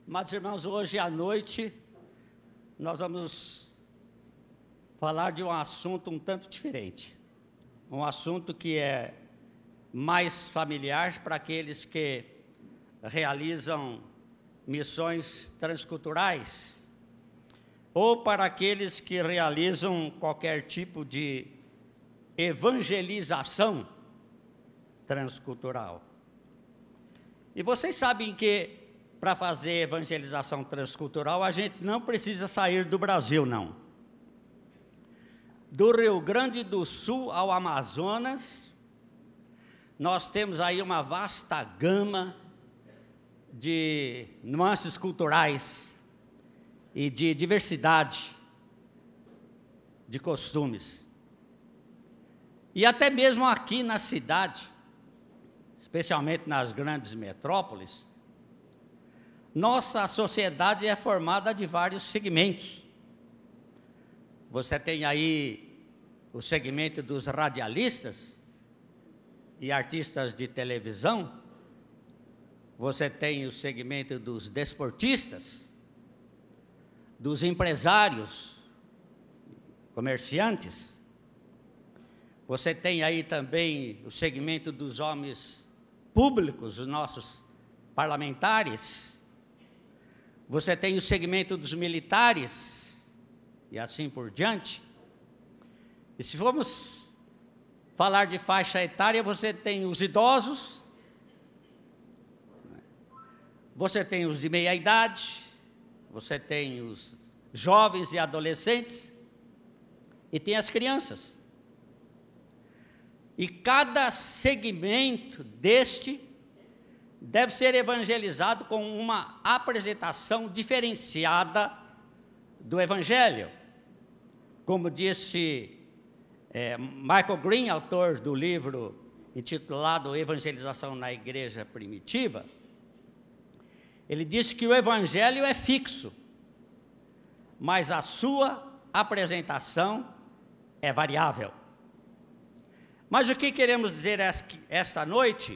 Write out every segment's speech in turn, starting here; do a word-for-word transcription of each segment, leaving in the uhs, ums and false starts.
Amados irmãos, hoje à noite nós vamos falar de um assunto um tanto diferente. Um assunto que é mais familiar para aqueles que realizam missões transculturais ou para aqueles que realizam qualquer tipo de evangelização transcultural. E vocês sabem que para fazer evangelização transcultural, a gente não precisa sair do Brasil, não. Do Rio Grande do Sul ao Amazonas, nós temos aí uma vasta gama de nuances culturais e de diversidade de costumes. E até mesmo aqui na cidade, especialmente nas grandes metrópoles, nossa sociedade é formada de vários segmentos. Você tem aí o segmento dos radialistas e artistas de televisão. Você tem o segmento dos desportistas, dos empresários, comerciantes. Você tem aí também o segmento dos homens públicos, os nossos parlamentares. Você tem o segmento dos militares, e assim por diante. E se formos falar de faixa etária, você tem os idosos, você tem os de meia idade, você tem os jovens e adolescentes, e tem as crianças. E cada segmento deste deve ser evangelizado com uma apresentação diferenciada do Evangelho. Como disse é, Michael Green, autor do livro intitulado Evangelização na Igreja Primitiva, ele disse que o Evangelho é fixo, mas a sua apresentação é variável. Mas o que queremos dizer esta noite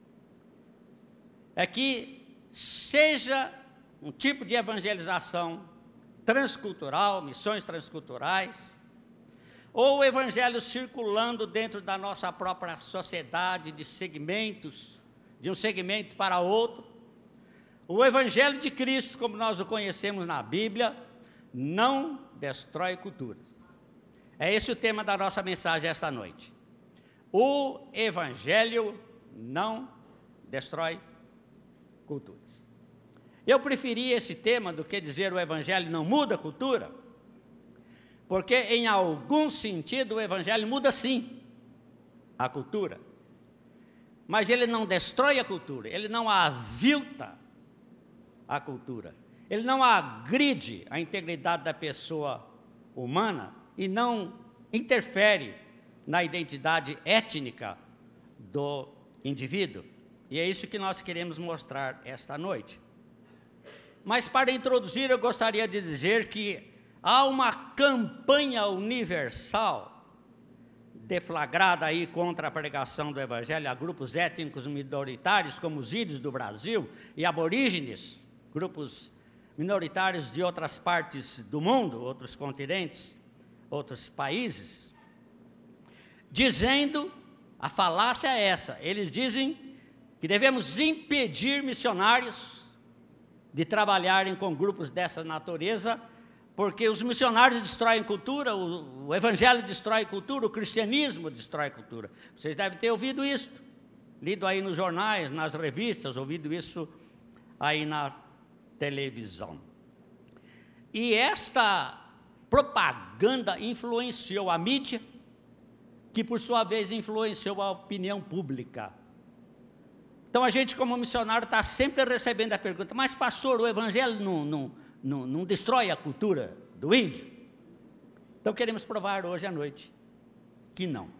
é que seja um tipo de evangelização transcultural, missões transculturais, ou o evangelho circulando dentro da nossa própria sociedade, de segmentos, de um segmento para outro, o evangelho de Cristo, como nós o conhecemos na Bíblia, não destrói culturas. É esse o tema da nossa mensagem esta noite. O evangelho não destrói culturas. Eu preferi esse tema do que dizer o evangelho não muda a cultura, porque em algum sentido o evangelho muda sim a cultura, mas ele não destrói a cultura, ele não avilta a cultura, ele não agride a integridade da pessoa humana e não interfere na identidade étnica do indivíduo. E é isso que nós queremos mostrar esta noite. Mas para introduzir, eu gostaria de dizer que há uma campanha universal deflagrada aí contra a pregação do Evangelho a grupos étnicos minoritários, como os índios do Brasil e aborígenes, grupos minoritários de outras partes do mundo, outros continentes, outros países, dizendo, a falácia é essa, eles dizem que devemos impedir missionários de trabalharem com grupos dessa natureza, porque os missionários destroem cultura, o, o evangelho destrói cultura, o cristianismo destrói cultura. Vocês devem ter ouvido isso, lido aí nos jornais, nas revistas, ouvido isso aí na televisão. E esta propaganda influenciou a mídia, que por sua vez influenciou a opinião pública. Então a gente como missionário está sempre recebendo a pergunta, mas pastor, o evangelho não, não, não, não destrói a cultura do índio? Então queremos provar hoje à noite que não.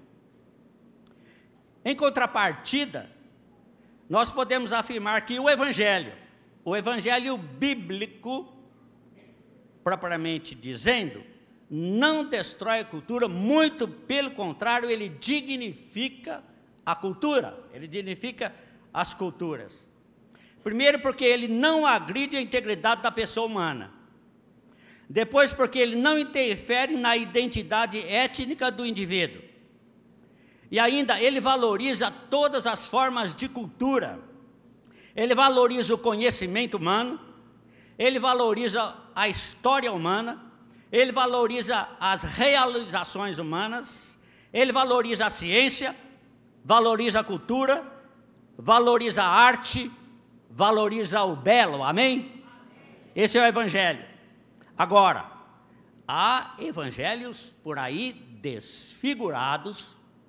Em contrapartida, nós podemos afirmar que o evangelho, o evangelho bíblico, propriamente dizendo, não destrói a cultura, muito pelo contrário, ele dignifica a cultura, ele dignifica as culturas. Primeiro, porque ele não agride a integridade da pessoa humana. Depois, porque ele não interfere na identidade étnica do indivíduo. E ainda, ele valoriza todas as formas de cultura. Ele valoriza o conhecimento humano. Ele valoriza a história humana. Ele valoriza as realizações humanas. Ele valoriza a ciência. Valoriza a cultura. Valoriza a arte. Valoriza o belo. Amém? Esse é o Evangelho. Agora, há evangelhos por aí desfigurados,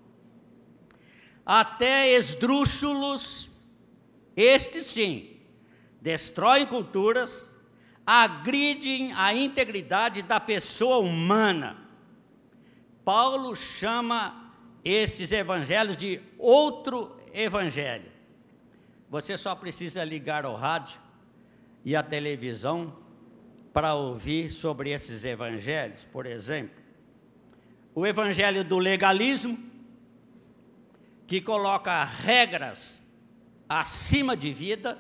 até esdrúxulos. Estes sim, destroem culturas, agridem a integridade da pessoa humana. Paulo chama estes evangelhos de outro evangelho. Você só precisa ligar o rádio e a televisão para ouvir sobre esses evangelhos. Por exemplo, o evangelho do legalismo, que coloca regras acima de vida.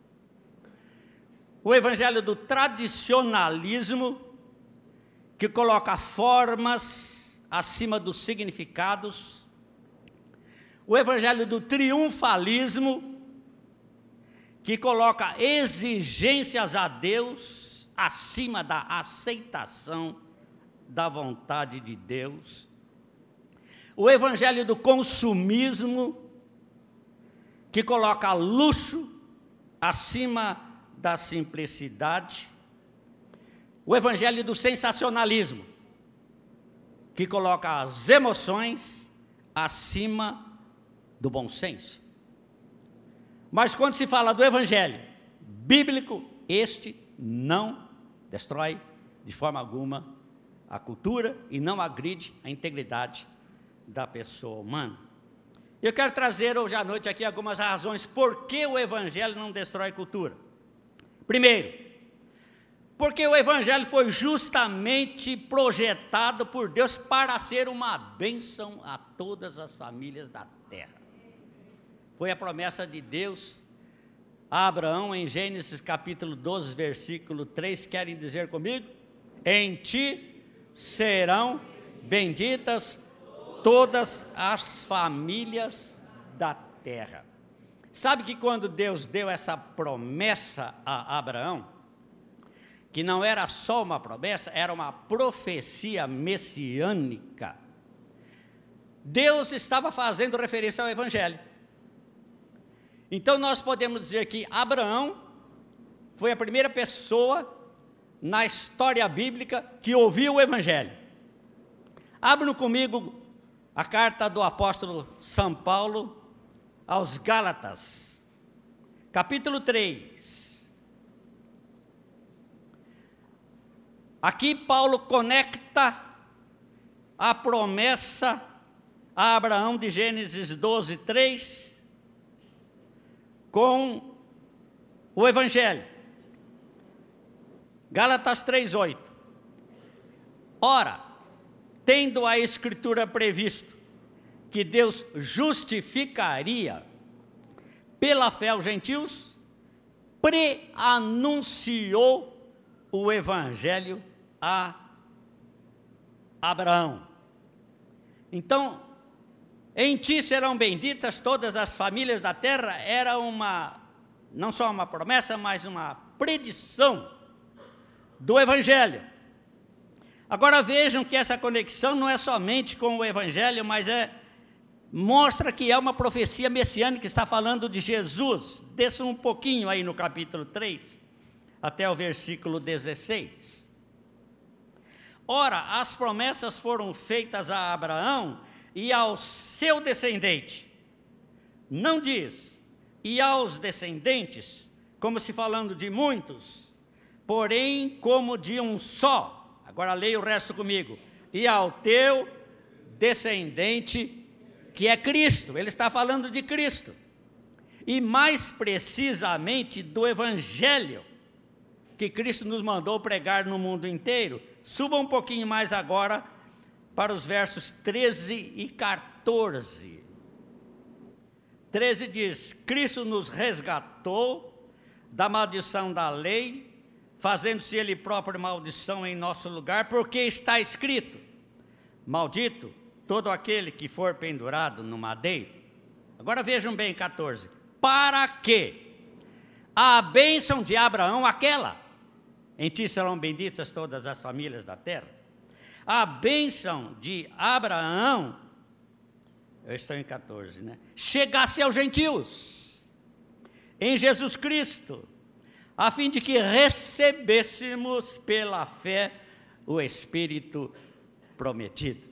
O evangelho do tradicionalismo, que coloca formas acima dos significados. O evangelho do triunfalismo, que coloca exigências a Deus acima da aceitação da vontade de Deus. O evangelho do consumismo, que coloca luxo acima da simplicidade. O evangelho do sensacionalismo, que coloca as emoções acima do bom senso. Mas quando se fala do evangelho bíblico, este não destrói de forma alguma a cultura e não agride a integridade da pessoa humana. Eu quero trazer hoje à noite aqui algumas razões por que o evangelho não destrói cultura. Primeiro, porque o evangelho foi justamente projetado por Deus para ser uma bênção a todas as famílias da terra. Foi a promessa de Deus a Abraão em Gênesis capítulo doze, versículo três. Querem dizer comigo? Em ti serão benditas todas as famílias da terra. Sabe que quando Deus deu essa promessa a Abraão, que não era só uma promessa, era uma profecia messiânica, Deus estava fazendo referência ao evangelho. Então nós podemos dizer que Abraão foi a primeira pessoa na história bíblica que ouviu o evangelho. Abram comigo a carta do apóstolo São Paulo aos Gálatas, capítulo três. Aqui Paulo conecta a promessa a Abraão de Gênesis doze, três, com o evangelho. Gálatas três, oito. Ora, tendo a escritura previsto que Deus justificaria pela fé os gentios, pré-anunciou o evangelho a Abraão. Então, em ti serão benditas todas as famílias da terra, era uma, não só uma promessa, mas uma predição do evangelho. Agora vejam que essa conexão não é somente com o evangelho, mas é, mostra que é uma profecia messiânica que está falando de Jesus. Desça um pouquinho aí no capítulo três, até o versículo dezesseis. Ora, as promessas foram feitas a Abraão e ao seu descendente. Não diz, e aos descendentes, como se falando de muitos, porém como de um só. Agora leia o resto comigo. E ao teu descendente, que é Cristo. Ele está falando de Cristo. E mais precisamente do evangelho que Cristo nos mandou pregar no mundo inteiro. Suba um pouquinho mais agora para os versos treze e quatorze. treze diz: Cristo nos resgatou da maldição da lei, fazendo-se ele próprio maldição em nosso lugar, porque está escrito: maldito todo aquele que for pendurado no madeiro. Agora vejam bem, catorze. Para que a bênção de Abraão, aquela, em ti serão benditas todas as famílias da terra. A bênção de Abraão, eu estou em catorze, né? Chegasse aos gentios, em Jesus Cristo, a fim de que recebêssemos pela fé o Espírito prometido.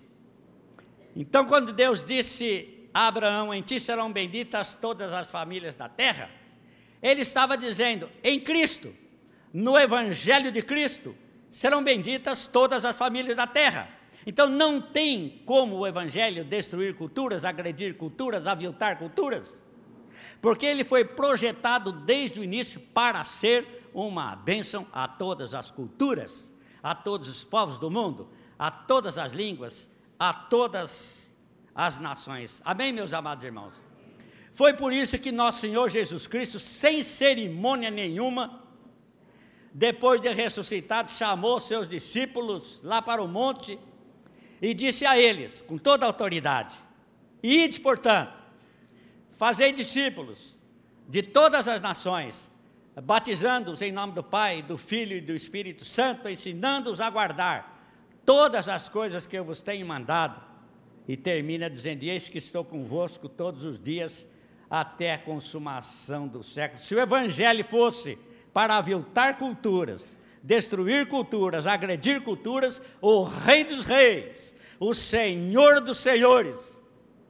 Então, quando Deus disse a Abraão: em ti serão benditas todas as famílias da terra, ele estava dizendo: em Cristo, no Evangelho de Cristo, serão benditas todas as famílias da terra. Então não tem como o Evangelho destruir culturas, agredir culturas, aviltar culturas, porque ele foi projetado desde o início para ser uma bênção a todas as culturas, a todos os povos do mundo, a todas as línguas, a todas as nações. Amém, meus amados irmãos? Foi por isso que nosso Senhor Jesus Cristo, sem cerimônia nenhuma, depois de ressuscitado, chamou seus discípulos lá para o monte e disse a eles, com toda a autoridade: ide, portanto, fazei discípulos de todas as nações, batizando-os em nome do Pai, do Filho e do Espírito Santo, ensinando-os a guardar todas as coisas que eu vos tenho mandado. E termina dizendo: eis que estou convosco todos os dias, até a consumação do século. Se o Evangelho fosse para aviltar culturas, destruir culturas, agredir culturas, o Rei dos Reis, o Senhor dos Senhores,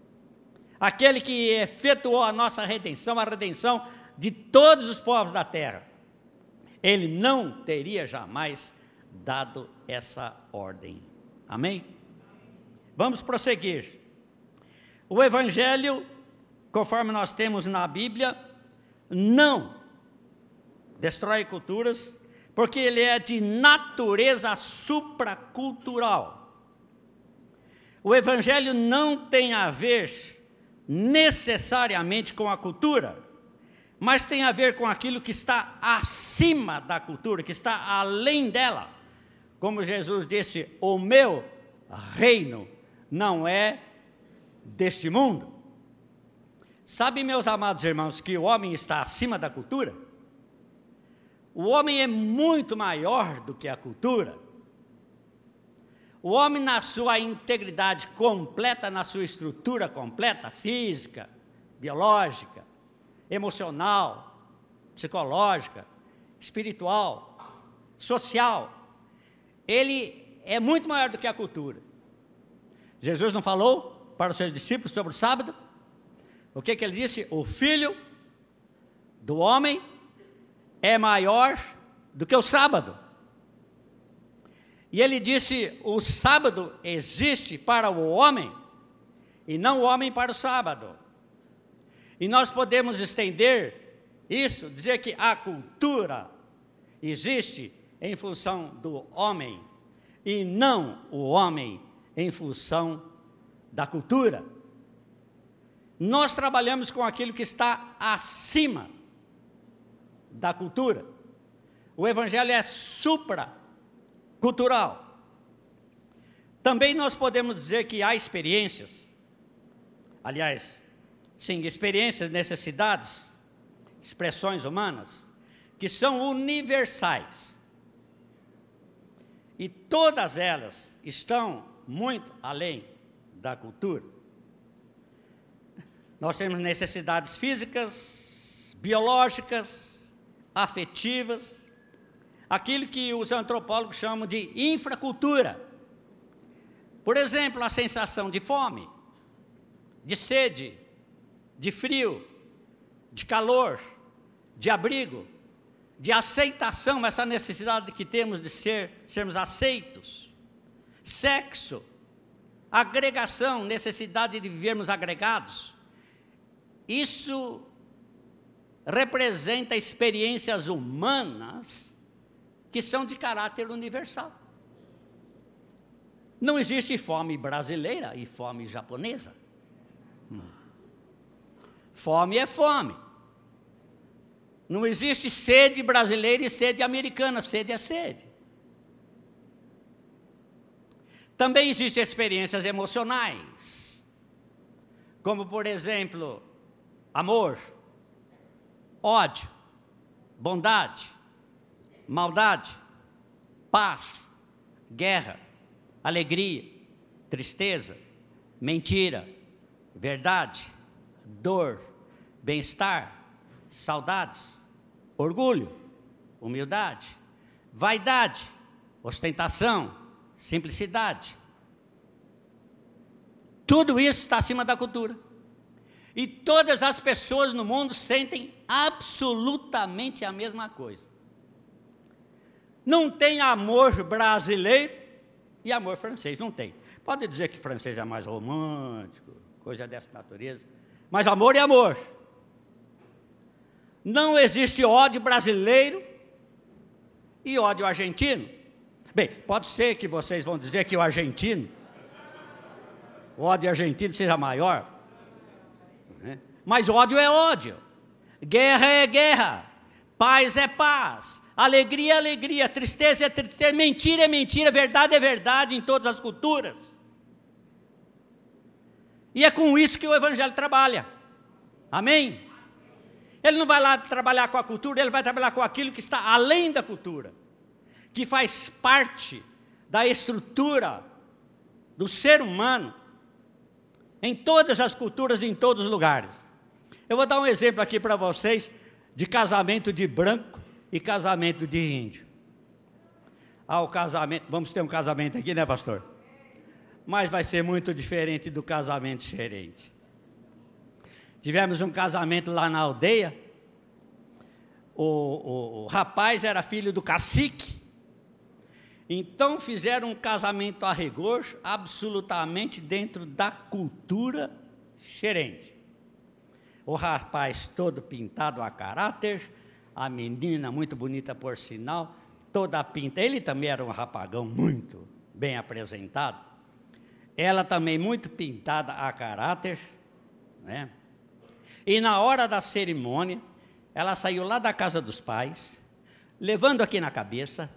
aquele que efetuou a nossa redenção, a redenção de todos os povos da terra, ele não teria jamais dado essa ordem. Amém? Vamos prosseguir. O Evangelho, conforme nós temos na Bíblia, não destrói culturas, porque ele é de natureza supracultural. O Evangelho não tem a ver necessariamente com a cultura, mas tem a ver com aquilo que está acima da cultura, que está além dela. Como Jesus disse: o meu reino não é deste mundo. Sabe, meus amados irmãos, que o homem está acima da cultura? O homem é muito maior do que a cultura. O homem, na sua integridade completa, na sua estrutura completa, física, biológica, emocional, psicológica, espiritual, social, ele é muito maior do que a cultura. Jesus não falou para os seus discípulos sobre o sábado? O que que ele disse? O filho do homem é maior do que o sábado. E ele disse: o sábado existe para o homem e não o homem para o sábado. E nós podemos estender isso, dizer que a cultura existe em função do homem e não o homem em função da cultura. Nós trabalhamos com aquilo que está acima da cultura. O Evangelho é supracultural. Também nós podemos dizer que há experiências, aliás, sim, experiências, necessidades, expressões humanas, que são universais. E todas elas estão muito além da cultura. Nós temos necessidades físicas, biológicas, afetivas, aquilo que os antropólogos chamam de infracultura. Por exemplo, a sensação de fome, de sede, de frio, de calor, de abrigo, de aceitação, essa necessidade que temos de ser, sermos aceitos. Sexo, agregação, necessidade de vivermos agregados. Isso representa experiências humanas que são de caráter universal. Não existe fome brasileira e fome japonesa. Hum. Fome é fome. Não existe sede brasileira e sede americana, sede é sede. Também existem experiências emocionais, como, por exemplo, amor, ódio, bondade, maldade, paz, guerra, alegria, tristeza, mentira, verdade, dor, bem-estar, saudades, orgulho, humildade, vaidade, ostentação, simplicidade. Tudo isso está acima da cultura. E todas as pessoas no mundo sentem absolutamente a mesma coisa. Não tem amor brasileiro e amor francês, não tem. Pode dizer que francês é mais romântico, coisa dessa natureza, mas amor é amor. Não existe ódio brasileiro e ódio argentino. Bem, pode ser que vocês vão dizer que o argentino, o ódio argentino seja maior, né? Mas ódio é ódio, guerra é guerra, paz é paz, alegria é alegria, tristeza é tristeza, mentira é mentira, verdade é verdade em todas as culturas. E é com isso que o Evangelho trabalha. Amém? Ele não vai lá trabalhar com a cultura, ele vai trabalhar com aquilo que está além da cultura, que faz parte da estrutura do ser humano, em todas as culturas e em todos os lugares. Eu vou dar um exemplo aqui para vocês, de casamento de branco e casamento de índio. Ah, o casamento, vamos ter um casamento aqui, né, pastor? Mas vai ser muito diferente do casamento xerente. Tivemos um casamento lá na aldeia, o, o, o rapaz era filho do cacique, então fizeram um casamento a rigor, absolutamente dentro da cultura xerente. O rapaz todo pintado a caráter, a menina muito bonita por sinal, toda pintada, ele também era um rapagão muito bem apresentado, ela também muito pintada a caráter, né? E na hora da cerimônia, ela saiu lá da casa dos pais, levando aqui na cabeça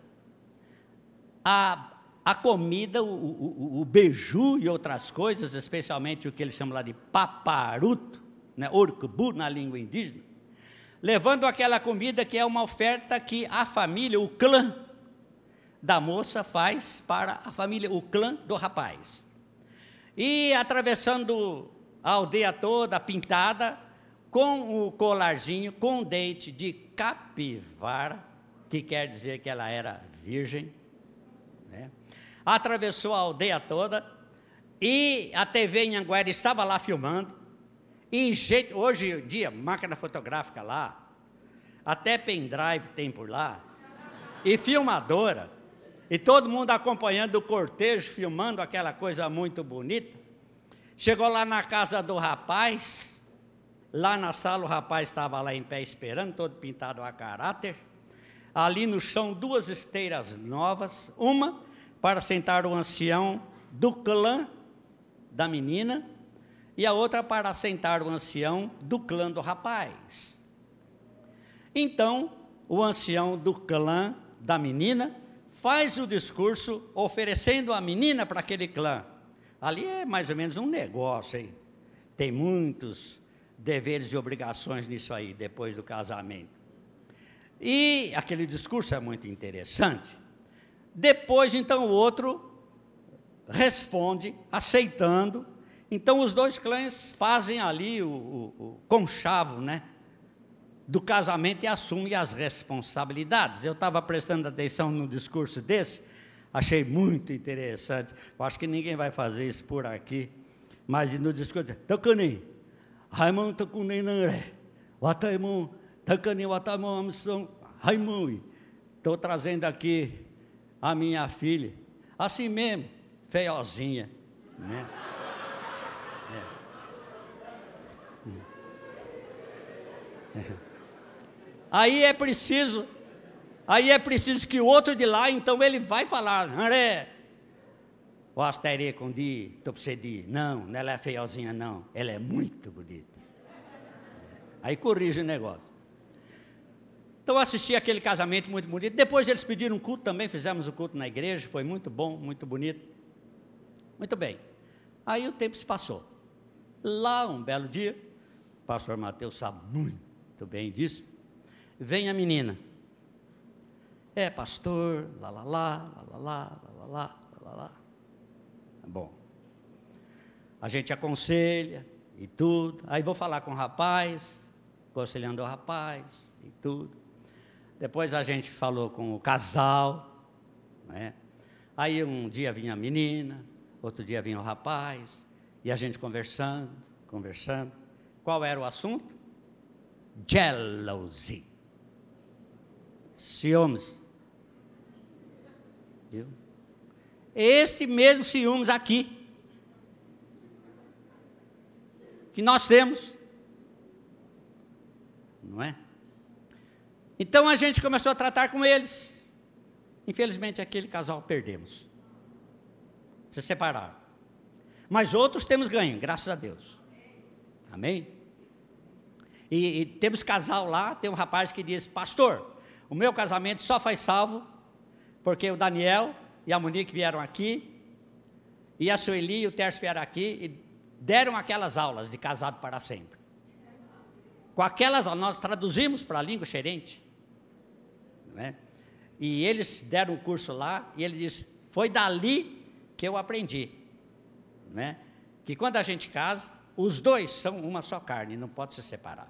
a, a comida, o, o, o beiju e outras coisas, especialmente o que eles chamam lá de paparuto, né, orcubu na língua indígena, levando aquela comida que é uma oferta que a família, o clã da moça faz para a família, o clã do rapaz. E atravessando a aldeia toda pintada, com o colarzinho, com dente de capivara, que quer dizer que ela era virgem, né? Atravessou a aldeia toda, e a T V em Anguera estava lá filmando, e jeito, hoje em dia, máquina fotográfica lá, até pendrive tem por lá, e filmadora, e todo mundo acompanhando o cortejo, filmando aquela coisa muito bonita. Chegou lá na casa do rapaz, lá na sala o rapaz estava lá em pé esperando, todo pintado a caráter. Ali no chão duas esteiras novas, uma para sentar o ancião do clã da menina, e a outra para sentar o ancião do clã do rapaz. Então, o ancião do clã da menina faz o discurso oferecendo a menina para aquele clã. Ali é mais ou menos um negócio, hein? Tem muitos deveres e obrigações nisso aí, depois do casamento. E aquele discurso é muito interessante. Depois, então, o outro responde, aceitando. Então, os dois clãs fazem ali o, o, o conchavo, né, do casamento e assumem as responsabilidades. Eu estava prestando atenção no discurso desse, achei muito interessante. Eu acho que ninguém vai fazer isso por aqui, mas no discurso, Takani, Raimon Takuni Nanre, Wataimon, Takani Wataimon Amson, Raimon. Estou trazendo aqui a minha filha, assim mesmo, feiozinha, né? É. É. Aí é preciso, aí é preciso que o outro de lá, então ele vai falar, André, o astere com di, topsedi, não, ela é feiozinha não, ela é muito bonita. Aí corrige o negócio. Então eu assisti aquele casamento muito bonito. Depois eles pediram um culto também, fizemos o culto na igreja, foi muito bom, muito bonito. Muito bem. Aí o tempo se passou. Lá, um belo dia, o pastor Mateus sabe muito bem disso, vem a menina. É, pastor, lá, lá, lá, lá, lá, lá, lá, lá, lá, lá. Bom, a gente aconselha e tudo. Aí vou falar com o rapaz, aconselhando o rapaz e tudo. Depois a gente falou com o casal, né? Aí um dia vinha a menina, outro dia vinha o rapaz, e a gente conversando, conversando. Qual era o assunto? Jealousy. Ciúmes. Viu? Este mesmo ciúmes aqui, que nós temos, não é? Então a gente começou a tratar com eles. Infelizmente aquele casal perdemos, se separaram. Mas outros temos ganho, graças a Deus. Amém? E, e temos casal lá, tem um rapaz que diz: pastor, o meu casamento só foi salvo porque o Daniel e a Monique vieram aqui, e a Sueli e o Tércio vieram aqui e deram aquelas aulas de casado para sempre. Com aquelas aulas, nós traduzimos para a língua xerente, não é? E eles deram um curso lá, e ele disse: foi dali que eu aprendi, não é? Que quando a gente casa, os dois são uma só carne, não pode se separar.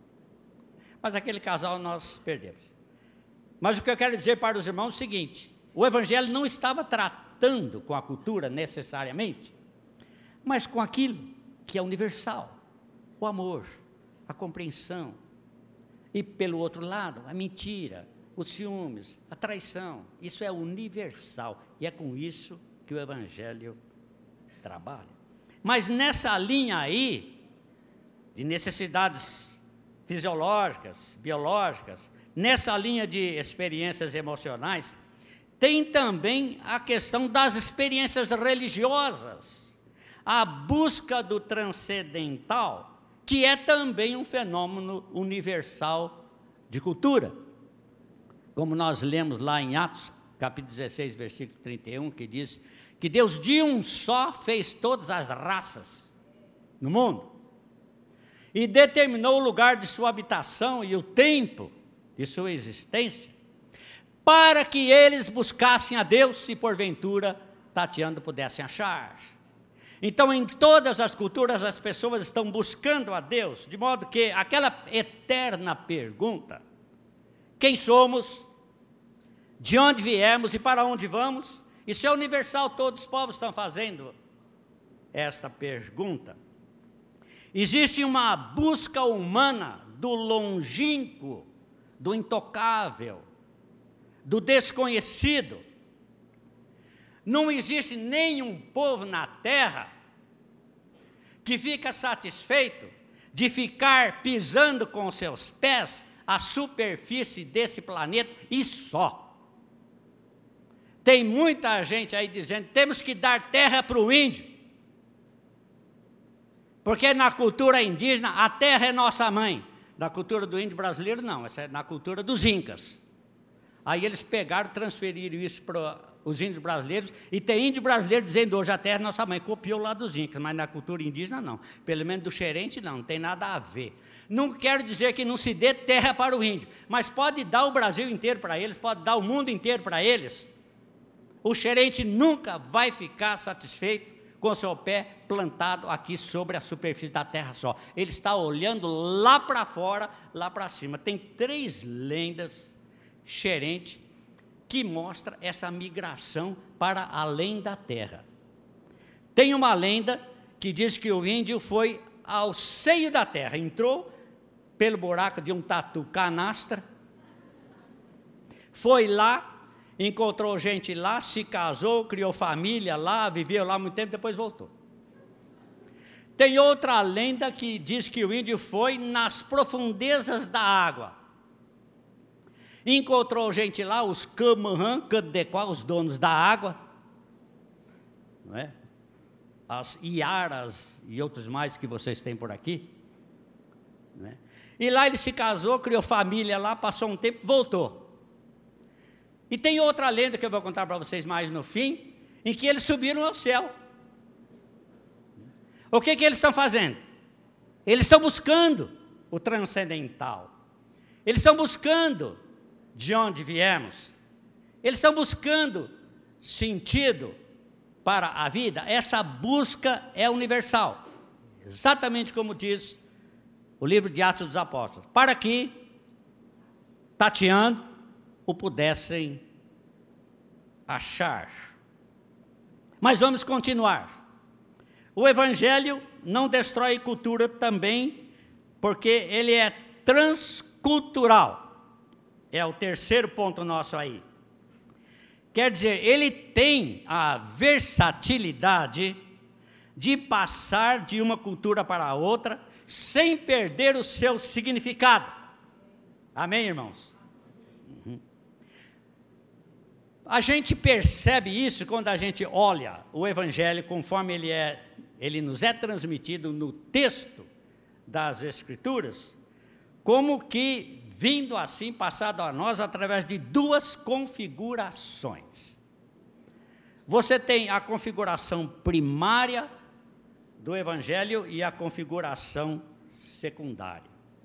Mas aquele casal nós perdemos. Mas o que eu quero dizer para os irmãos é o seguinte: o Evangelho não estava tratando com a cultura necessariamente, mas com aquilo que é universal, o amor, a compreensão. E pelo outro lado, a mentira, os ciúmes, a traição. Isso é universal, e é com isso que o Evangelho trabalha. Mas nessa linha aí, de necessidades fisiológicas, biológicas, nessa linha de experiências emocionais, tem também a questão das experiências religiosas, a busca do transcendental, que é também um fenômeno universal de cultura. Como nós lemos lá em Atos, capítulo dezesseis, versículo trinta e um, que diz que Deus de um só fez todas as raças no mundo, e determinou o lugar de sua habitação e o tempo de sua existência, para que eles buscassem a Deus, se porventura tateando pudessem achar. Então, em todas as culturas, as pessoas estão buscando a Deus, de modo que aquela eterna pergunta: quem somos, de onde viemos e para onde vamos? Isso é universal, todos os povos estão fazendo esta pergunta. Existe uma busca humana do longínquo, do intocável, do desconhecido. Não existe nenhum povo na terra que fica satisfeito de ficar pisando com seus pés a superfície desse planeta e só. Tem muita gente aí dizendo: temos que dar terra para o índio, porque na cultura indígena a terra é nossa mãe. Na cultura do índio brasileiro não, essa é na cultura dos incas. Aí eles pegaram, transferiram isso para os índios brasileiros, e tem índio brasileiro dizendo hoje: a terra é nossa mãe, copiou lá dos incas, mas na cultura indígena não, pelo menos do xerente não, não tem nada a ver. Não quero dizer que não se dê terra para o índio, mas pode dar o Brasil inteiro para eles, pode dar o mundo inteiro para eles. O xerente nunca vai ficar satisfeito com seu pé plantado aqui sobre a superfície da terra só. Ele está olhando lá para fora, lá para cima. Tem três lendas xerente que mostra essa migração para além da terra. Tem uma lenda que diz que o índio foi ao seio da terra, entrou pelo buraco de um tatu canastra, foi lá, encontrou gente lá, se casou, criou família lá, viveu lá muito tempo, depois voltou. Tem outra lenda que diz que o índio foi nas profundezas da água, encontrou gente lá, os Camarã, Cadequá, os donos da água, não é? As Iaras e outros mais que vocês têm por aqui, não é? E lá ele se casou, criou família lá, passou um tempo, voltou. E tem outra lenda que eu vou contar para vocês mais no fim, em que eles subiram ao céu. O que, que eles estão fazendo? Eles estão buscando o transcendental. Eles estão buscando de onde viemos. Eles estão buscando sentido para a vida. Essa busca é universal. Exatamente como diz o livro de Atos dos Apóstolos. Para que, tateando, o pudessem achar. Mas vamos continuar. O Evangelho não destrói cultura também, porque ele é transcultural. É o terceiro ponto nosso aí. Quer dizer, ele tem a versatilidade de passar de uma cultura para a outra, sem perder o seu significado. Amém, irmãos? Uhum. A gente percebe isso quando a gente olha o Evangelho conforme ele, é, ele nos é transmitido no texto das Escrituras, como que vindo assim, passado a nós, através de duas configurações. Você tem a configuração primária do Evangelho e a configuração secundária.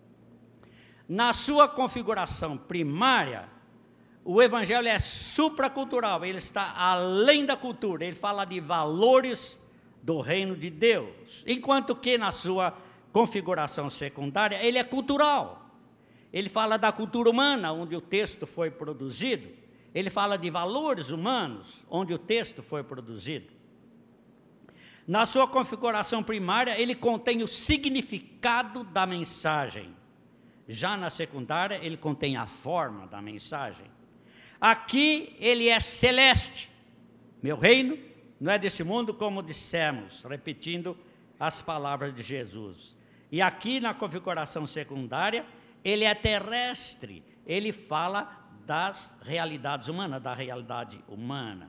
Na sua configuração primária, o Evangelho é supracultural, ele está além da cultura, ele fala de valores do reino de Deus, enquanto que na sua configuração secundária, ele é cultural. Ele fala da cultura humana, onde o texto foi produzido. Ele fala de valores humanos, onde o texto foi produzido. Na sua configuração primária, ele contém o significado da mensagem. Já na secundária, ele contém a forma da mensagem. Aqui, ele é celeste. Meu reino não é desse mundo, como dissemos, repetindo as palavras de Jesus. E aqui, na configuração secundária, ele é terrestre, ele fala das realidades humanas, da realidade humana.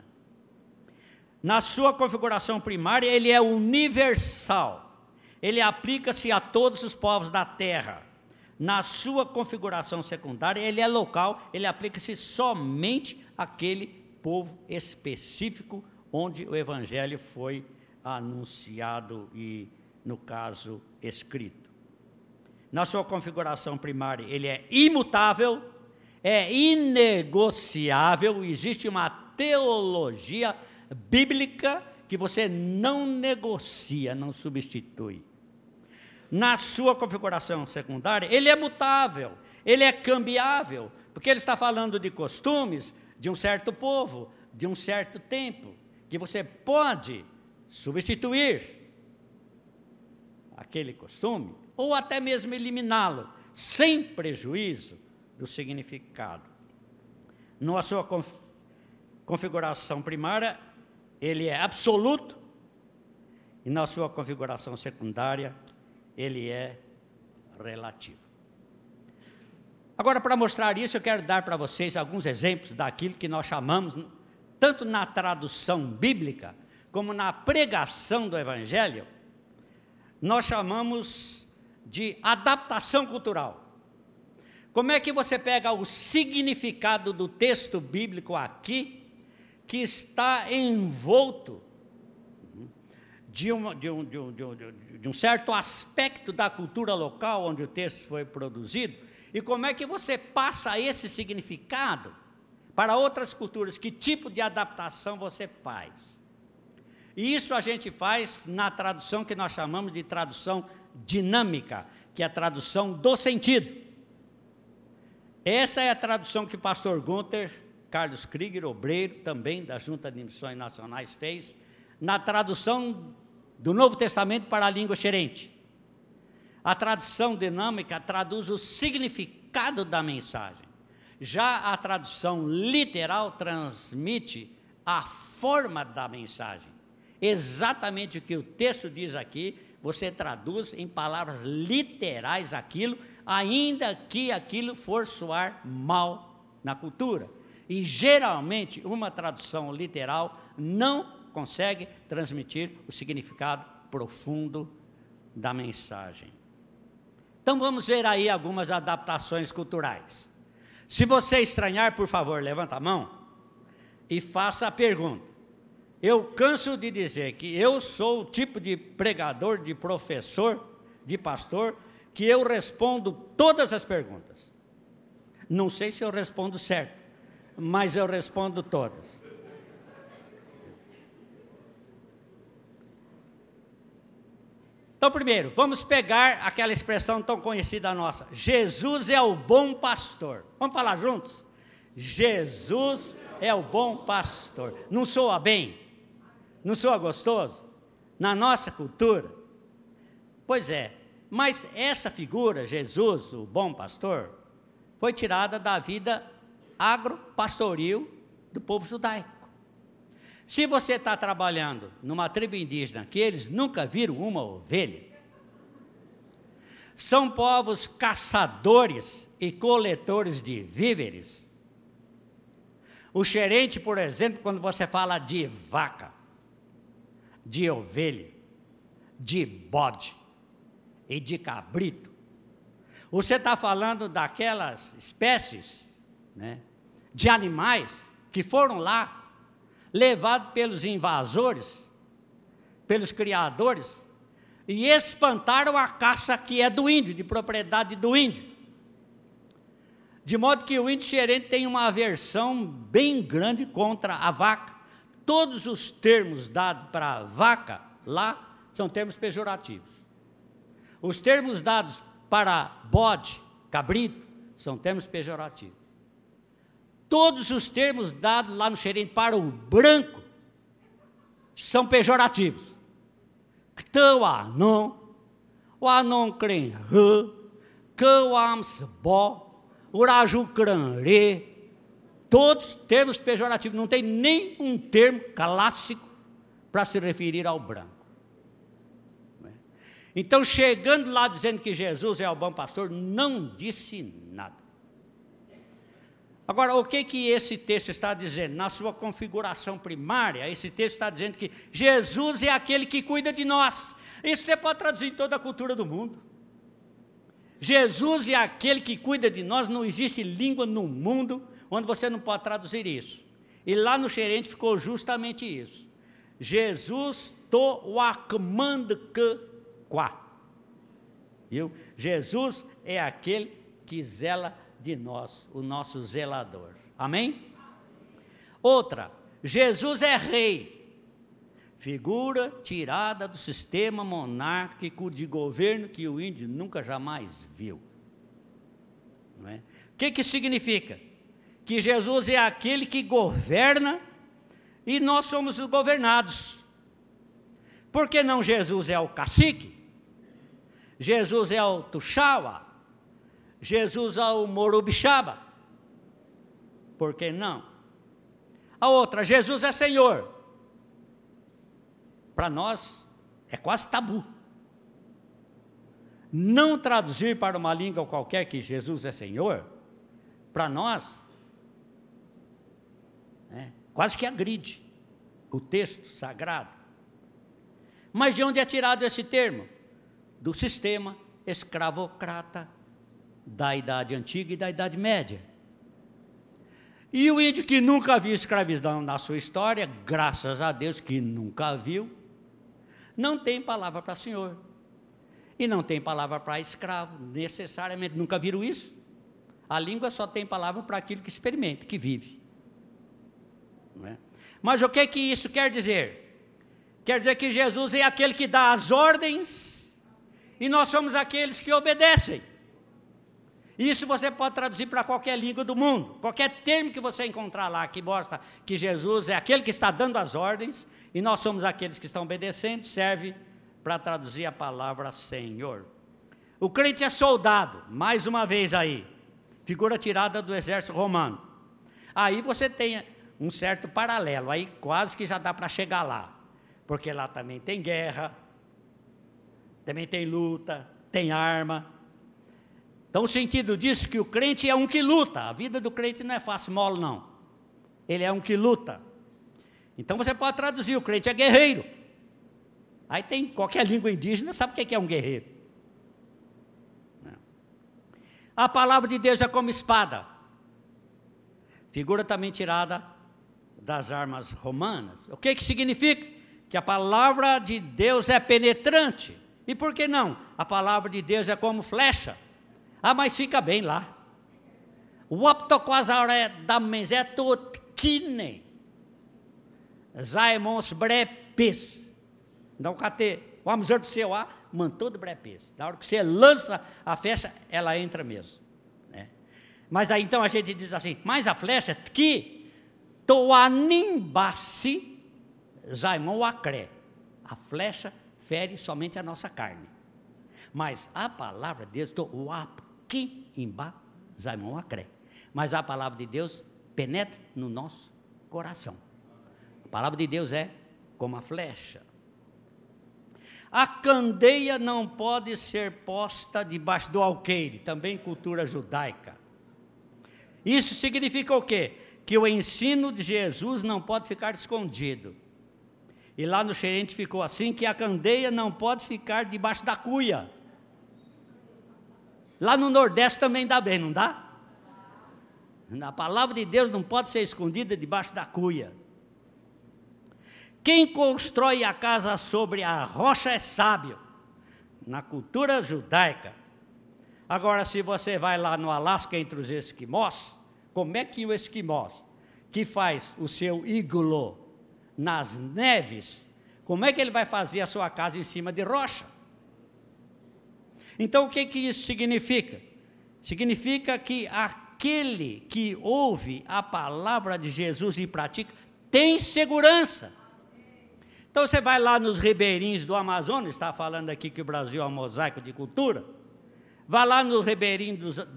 Na sua configuração primária, ele é universal, ele aplica-se a todos os povos da terra. Na sua configuração secundária, ele é local, ele aplica-se somente àquele povo específico onde o Evangelho foi anunciado e, no caso, escrito. Na sua configuração primária, ele é imutável, é inegociável, existe uma teologia bíblica que você não negocia, não substitui. Na sua configuração secundária, ele é mutável, ele é cambiável, porque ele está falando de costumes de um certo povo, de um certo tempo, que você pode substituir aquele costume, ou até mesmo eliminá-lo, sem prejuízo do significado. Na sua conf- configuração primária, ele é absoluto, e na sua configuração secundária, ele é relativo. Agora, para mostrar isso, eu quero dar para vocês alguns exemplos daquilo que nós chamamos, tanto na tradução bíblica, como na pregação do Evangelho, nós chamamos de adaptação cultural. Como é que você pega o significado do texto bíblico aqui, que está envolto de, uma, de, um, de, um, de, um, de um certo aspecto da cultura local onde o texto foi produzido, e como é que você passa esse significado para outras culturas? Que tipo de adaptação você faz? E isso a gente faz na tradução que nós chamamos de tradução dinâmica, que é a tradução do sentido. Essa é a tradução que o pastor Gunther Carlos Krieger, obreiro também da Junta de Missões Nacionais, fez na tradução do Novo Testamento para a língua xerente. A tradução dinâmica traduz o significado da mensagem. Já a tradução literal transmite a forma da mensagem. Exatamente o que o texto diz aqui, você traduz em palavras literais aquilo, ainda que aquilo for soar mal na cultura. E geralmente uma tradução literal não consegue transmitir o significado profundo da mensagem. Então vamos ver aí algumas adaptações culturais. Se você estranhar, por favor, levanta a mão e faça a pergunta. Eu canso de dizer que eu sou o tipo de pregador, de professor, de pastor, que eu respondo todas as perguntas. Não sei se eu respondo certo, mas eu respondo todas. Então, primeiro, vamos pegar aquela expressão tão conhecida nossa. Jesus é o bom pastor. Vamos falar juntos? Jesus é o bom pastor. Não soa bem? Não soa gostoso? Na nossa cultura? Pois é, mas essa figura, Jesus, o bom pastor, foi tirada da vida agropastoril do povo judaico. Se você está trabalhando numa tribo indígena que eles nunca viram uma ovelha, são povos caçadores e coletores de víveres. O xerente, por exemplo, quando você fala de vaca, de ovelha, de bode e de cabrito, você está falando daquelas espécies, né, de animais que foram lá, levados pelos invasores, pelos criadores, e espantaram a caça que é do índio, de propriedade do índio. De modo que o índio xerente tem uma aversão bem grande contra a vaca. Todos os termos dados para a vaca lá são termos pejorativos. Os termos dados para bode, cabrito, são termos pejorativos. Todos os termos dados lá no xerente para o branco são pejorativos. Então, anon, o anon crem rã, cão amsbó, uraju cranrê, todos termos pejorativos, não tem nem um termo clássico para se referir ao branco. Então, chegando lá dizendo que Jesus é o bom pastor, não disse nada. Agora, o que que esse texto está dizendo? Na sua configuração primária, esse texto está dizendo que Jesus é aquele que cuida de nós. Isso você pode traduzir em toda a cultura do mundo. Jesus é aquele que cuida de nós, não existe língua no mundo onde você não pode traduzir isso. E lá no xerente ficou justamente isso. Jesus to wakmand que qua. Viu? Jesus é aquele que zela de nós, o nosso zelador. Amém? Outra, Jesus é rei, figura tirada do sistema monárquico de governo que o índio nunca jamais viu. Não é? O que que significa? Que Jesus é aquele que governa e nós somos os governados. Por que não Jesus é o cacique? Jesus é o tuxaua? Jesus ao Morubixaba, por que não? A outra, Jesus é Senhor. Para nós é quase tabu. Não traduzir para uma língua qualquer que Jesus é Senhor, para nós, é, quase que agride o texto sagrado. Mas de onde é tirado esse termo? Do sistema escravocrata da Idade Antiga e da Idade Média. E o índio que nunca viu escravidão na sua história, graças a Deus que nunca viu, não tem palavra para senhor. E não tem palavra para escravo, necessariamente. Nunca viram isso? A língua só tem palavra para aquilo que experimenta, que vive. Não é? Mas o que que isso quer dizer? Quer dizer que Jesus é aquele que dá as ordens e nós somos aqueles que obedecem. Isso você pode traduzir para qualquer língua do mundo. Qualquer termo que você encontrar lá que mostra que Jesus é aquele que está dando as ordens e nós somos aqueles que estão obedecendo, serve para traduzir a palavra Senhor. O crente é soldado, mais uma vez aí, figura tirada do exército romano. Aí você tem um certo paralelo, aí quase que já dá para chegar lá, porque lá também tem guerra, também tem luta, tem arma. Então, o sentido disso é que o crente é um que luta. A vida do crente não é fácil, mole, não. Ele é um que luta. Então, você pode traduzir, o crente é guerreiro. Aí tem qualquer língua indígena, sabe o que é um guerreiro. A palavra de Deus é como espada. Figura também tirada das armas romanas. O que que significa? Que a palavra de Deus é penetrante. E por que não? A palavra de Deus é como flecha. Ah, mas fica bem lá. O optoquasare da mesetot kine. Zaimons brepes. Não cate. Vamos ver para o seu ar, mantou de brepes. Na hora que você lança a flecha, ela entra mesmo. Né? Mas aí então a gente diz assim, mas a flecha que toanimbassi zaimon acré. A flecha fere somente a nossa carne. Mas a palavra de Deus, o apki imba zaimon acré. Mas a palavra de Deus penetra no nosso coração. A palavra de Deus é como a flecha. A candeia não pode ser posta debaixo do alqueire, também cultura judaica. Isso significa o quê? Que o ensino de Jesus não pode ficar escondido. E lá no Xerente ficou assim, que a candeia não pode ficar debaixo da cuia. Lá no Nordeste também dá bem, não dá? A palavra de Deus não pode ser escondida debaixo da cuia. Quem constrói a casa sobre a rocha é sábio, na cultura judaica. Agora, se você vai lá no Alasca entre os esquimós, como é que o esquimós, que faz o seu igloo nas neves, como é que ele vai fazer a sua casa em cima de rocha? Então, o que que isso significa? Significa que aquele que ouve a palavra de Jesus e pratica, tem segurança. Então, você vai lá nos ribeirinhos do Amazonas, está falando aqui que o Brasil é um mosaico de cultura, vai lá nos ribeirinhos dos,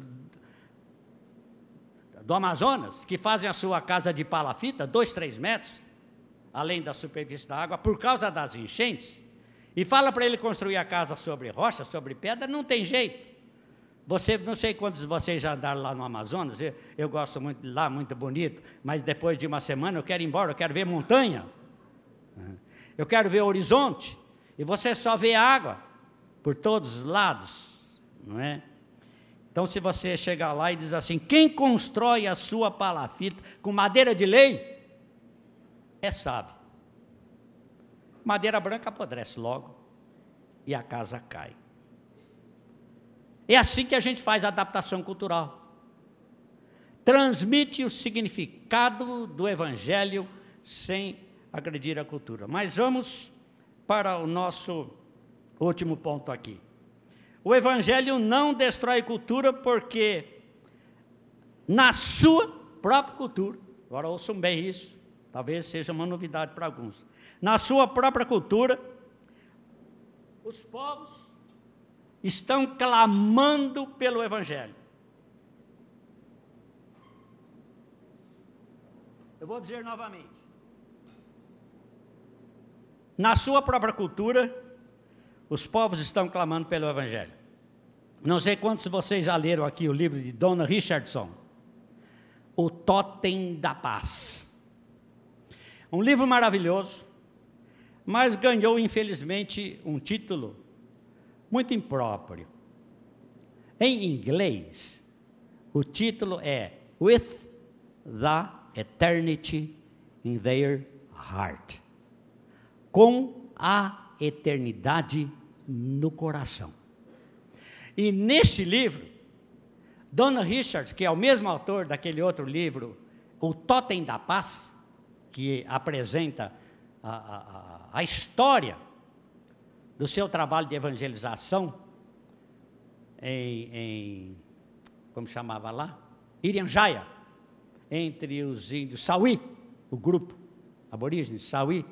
do Amazonas, que fazem a sua casa de palafita, dois, três metros, além da superfície da água, por causa das enchentes, e fala para ele construir a casa sobre rocha, sobre pedra, não tem jeito. Você, não sei quantos de vocês já andaram lá no Amazonas, eu, eu gosto muito de lá, muito bonito, mas depois de uma semana eu quero ir embora, eu quero ver montanha, eu quero ver o horizonte, e você só vê água por todos os lados, não é? Então, se você chegar lá e diz assim, quem constrói a sua palafita com madeira de lei, é sábio. Madeira branca apodrece logo e a casa cai. É assim que a gente faz a adaptação cultural. Transmite o significado do Evangelho sem agredir a cultura. Mas vamos para o nosso último ponto aqui. O Evangelho não destrói cultura porque na sua própria cultura, agora ouçam bem isso, talvez seja uma novidade para alguns, na sua própria cultura, os povos estão clamando pelo Evangelho. Eu vou dizer novamente. Na sua própria cultura, os povos estão clamando pelo Evangelho. Não sei quantos de vocês já leram aqui o livro de Donna Richardson, O Totem da Paz. Um livro maravilhoso, mas ganhou, infelizmente, um título muito impróprio. Em inglês, o título é With the Eternity in Their Heart. Com a eternidade no coração. E neste livro, Donna Richard, que é o mesmo autor daquele outro livro, O Totem da Paz, que apresenta a, a, a história do seu trabalho de evangelização em, em como chamava lá? Irianjaya, entre os índios Sauí, o grupo aborígenes Sauí.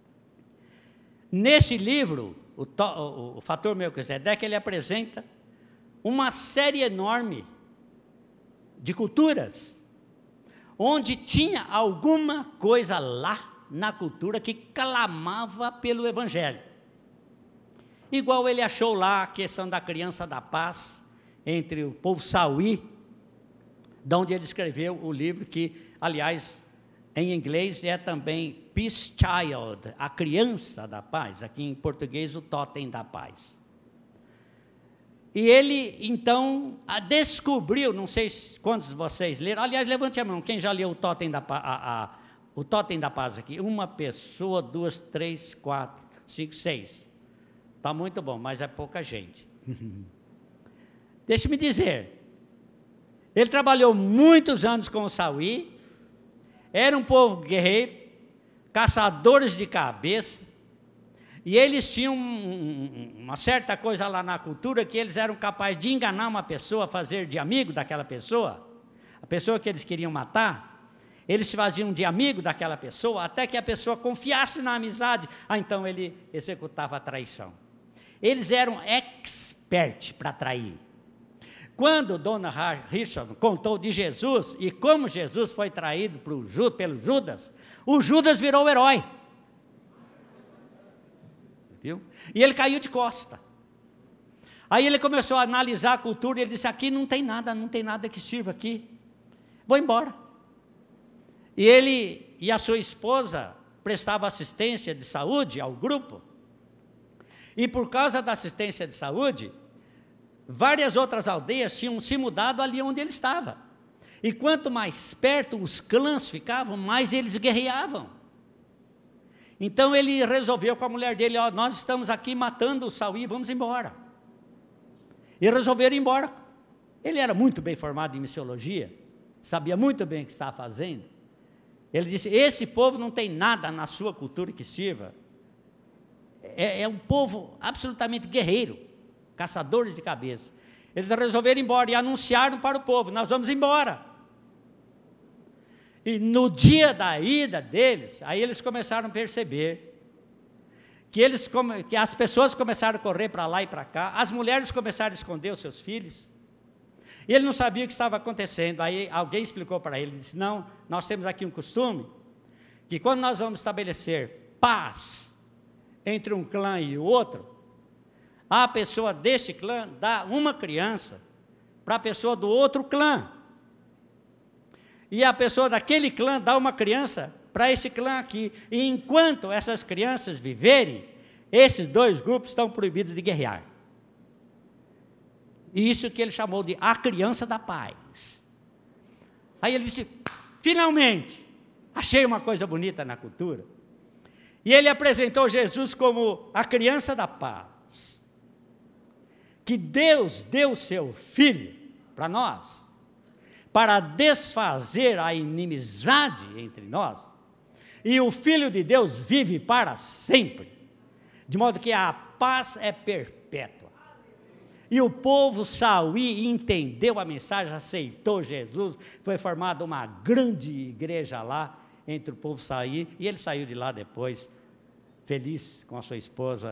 Neste livro, o, o, o Fator Melquisedeque, ele apresenta uma série enorme de culturas, onde tinha alguma coisa lá na cultura que clamava pelo Evangelho. Igual ele achou lá a questão da criança da paz entre o povo Sauí, de onde ele escreveu o livro que, aliás, em inglês é também Peace Child, a criança da paz, aqui em português o Totem da Paz. E ele, então, descobriu, não sei quantos de vocês leram, aliás, levante a mão, quem já leu o Totem da, a, a, o Totem da Paz aqui? Uma pessoa, duas, três, quatro, cinco, seis. Está muito bom, mas é pouca gente. Deixe-me dizer, ele trabalhou muitos anos com o Sauí, era um povo guerreiro, caçadores de cabeça, e eles tinham uma certa coisa lá na cultura, que eles eram capazes de enganar uma pessoa, fazer de amigo daquela pessoa, a pessoa que eles queriam matar, eles se faziam de amigo daquela pessoa, até que a pessoa confiasse na amizade, ah, então ele executava a traição. Eles eram expert para trair. Quando Dona Richard contou de Jesus, e como Jesus foi traído pelo Judas, o Judas virou o herói. Viu? E ele caiu de costa. Aí ele começou a analisar a cultura, e ele disse, aqui não tem nada, não tem nada que sirva aqui, vou embora. E ele e a sua esposa prestavam assistência de saúde ao grupo, e por causa da assistência de saúde, várias outras aldeias tinham se mudado ali onde ele estava, e quanto mais perto os clãs ficavam, mais eles guerreavam. Então ele resolveu com a mulher dele, ó, nós estamos aqui matando o Sauí, vamos embora. E resolveram ir embora. Ele era muito bem formado em missiologia, sabia muito bem o que estava fazendo. Ele disse, esse povo não tem nada na sua cultura que sirva. É, é um povo absolutamente guerreiro, caçadores de cabeça. Eles resolveram ir embora e anunciaram para o povo, nós vamos embora. E no dia da ida deles, aí eles começaram a perceber que, eles, que as pessoas começaram a correr para lá e para cá, as mulheres começaram a esconder os seus filhos, e ele não sabia o que estava acontecendo. Aí alguém explicou para ele, disse, não, nós temos aqui um costume, que quando nós vamos estabelecer paz entre um clã e o outro, a pessoa deste clã dá uma criança para a pessoa do outro clã, e a pessoa daquele clã dá uma criança para esse clã aqui, e enquanto essas crianças viverem, esses dois grupos estão proibidos de guerrear. Isso que ele chamou de a criança da paz. Aí ele disse, finalmente, achei uma coisa bonita na cultura, e ele apresentou Jesus como a criança da paz, que Deus deu seu Filho para nós, para desfazer a inimizade entre nós, e o Filho de Deus vive para sempre, de modo que a paz é perpétua. E o povo Sauí entendeu a mensagem, aceitou Jesus, foi formada uma grande igreja lá, entre o povo Sauí, e ele saiu de lá depois, feliz com a sua esposa,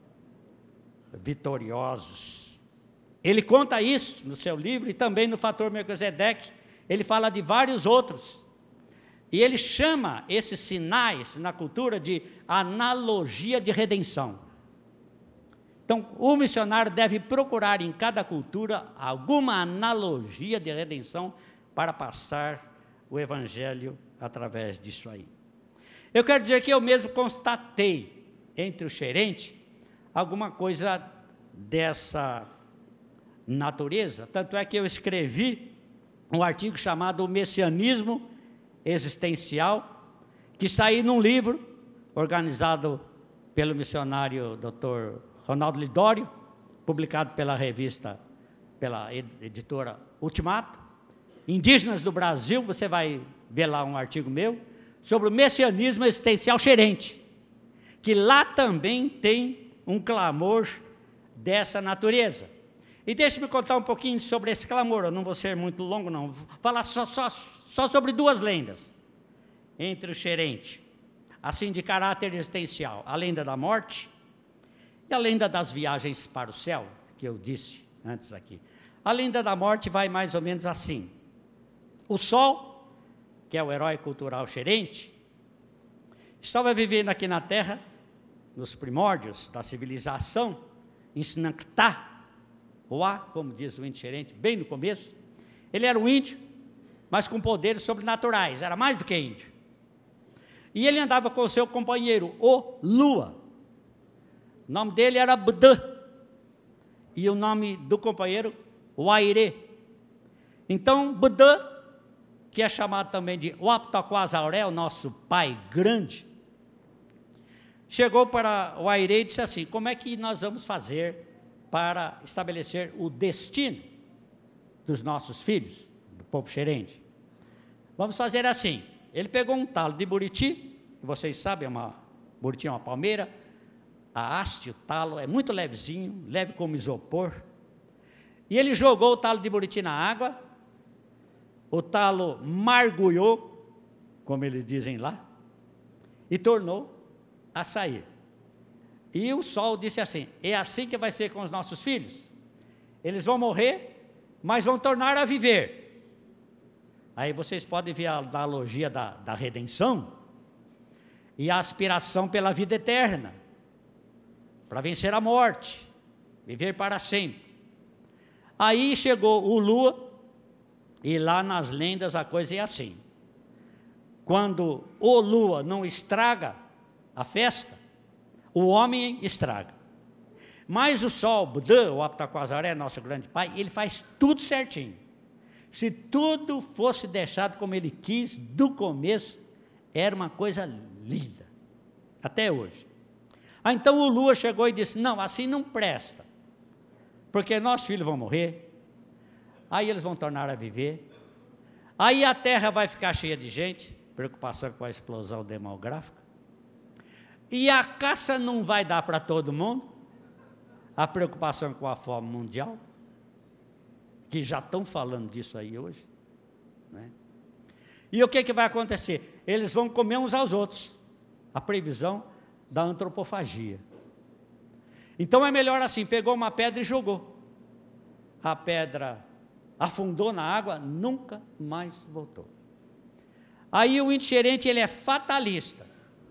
vitoriosos. Ele conta isso no seu livro, e também no Fator Melquisedeque, ele fala de vários outros, e ele chama esses sinais na cultura de analogia de redenção. Então, o missionário deve procurar em cada cultura alguma analogia de redenção para passar o evangelho através disso aí. Eu quero dizer que eu mesmo constatei entre o xerente alguma coisa dessa natureza, tanto é que eu escrevi um artigo chamado O Messianismo Existencial, que saiu num livro organizado pelo missionário doutor Ronaldo Lidório, publicado pela revista, pela editora Ultimato. Indígenas do Brasil, você vai ver lá um artigo meu, sobre o messianismo existencial xerente, que lá também tem um clamor dessa natureza. E deixe-me contar um pouquinho sobre esse clamor, eu não vou ser muito longo não, vou falar só, só, só sobre duas lendas, entre o xerente, assim de caráter existencial, a lenda da morte, e a lenda das viagens para o céu, que eu disse antes aqui. A lenda da morte vai mais ou menos assim. O Sol, que é o herói cultural xerente, estava vivendo aqui na Terra, nos primórdios da civilização, em Sinactá, Oá, como diz o índio xerente, bem no começo. Ele era um índio, mas com poderes sobrenaturais, era mais do que índio. E ele andava com o seu companheiro, o Lua. O nome dele era Bdã. e o nome do companheiro, Wairê. Então, Budã, que é chamado também de Uaptaquazauré, o nosso pai grande, chegou para o Wairê e disse assim: como é que nós vamos fazer para estabelecer o destino dos nossos filhos, do povo xerende? Vamos fazer assim. Ele pegou um talo de buriti, que vocês sabem, é uma, buriti é uma palmeira, a haste, o talo, é muito levezinho, leve como isopor, e ele jogou o talo de buriti na água, o talo margulhou, como eles dizem lá, e tornou a sair. E o sol disse assim: é assim que vai ser com os nossos filhos, eles vão morrer, mas vão tornar a viver. Aí vocês podem ver a analogia da, da redenção, e a aspiração pela vida eterna, para vencer a morte, viver para sempre. Aí chegou o Lua, e lá nas lendas a coisa é assim: quando o Lua não estraga a festa, o homem estraga. Mas o Sol, Budã, o Aptaquazaré, nosso grande pai, ele faz tudo certinho. Se tudo fosse deixado como ele quis, do começo, era uma coisa linda, até hoje. Ah, então o Lua chegou e disse: não, assim não presta, porque nossos filhos vão morrer, aí eles vão tornar a viver, aí a terra vai ficar cheia de gente, preocupação com a explosão demográfica, e a caça não vai dar para todo mundo, a preocupação com a fome mundial, que já estão falando disso aí hoje, né? E o que, que vai acontecer? Eles vão comer uns aos outros, a previsão da antropofagia. Então é melhor assim: pegou uma pedra e jogou, a pedra afundou na água, nunca mais voltou. Aí o índio xerente, ele é fatalista,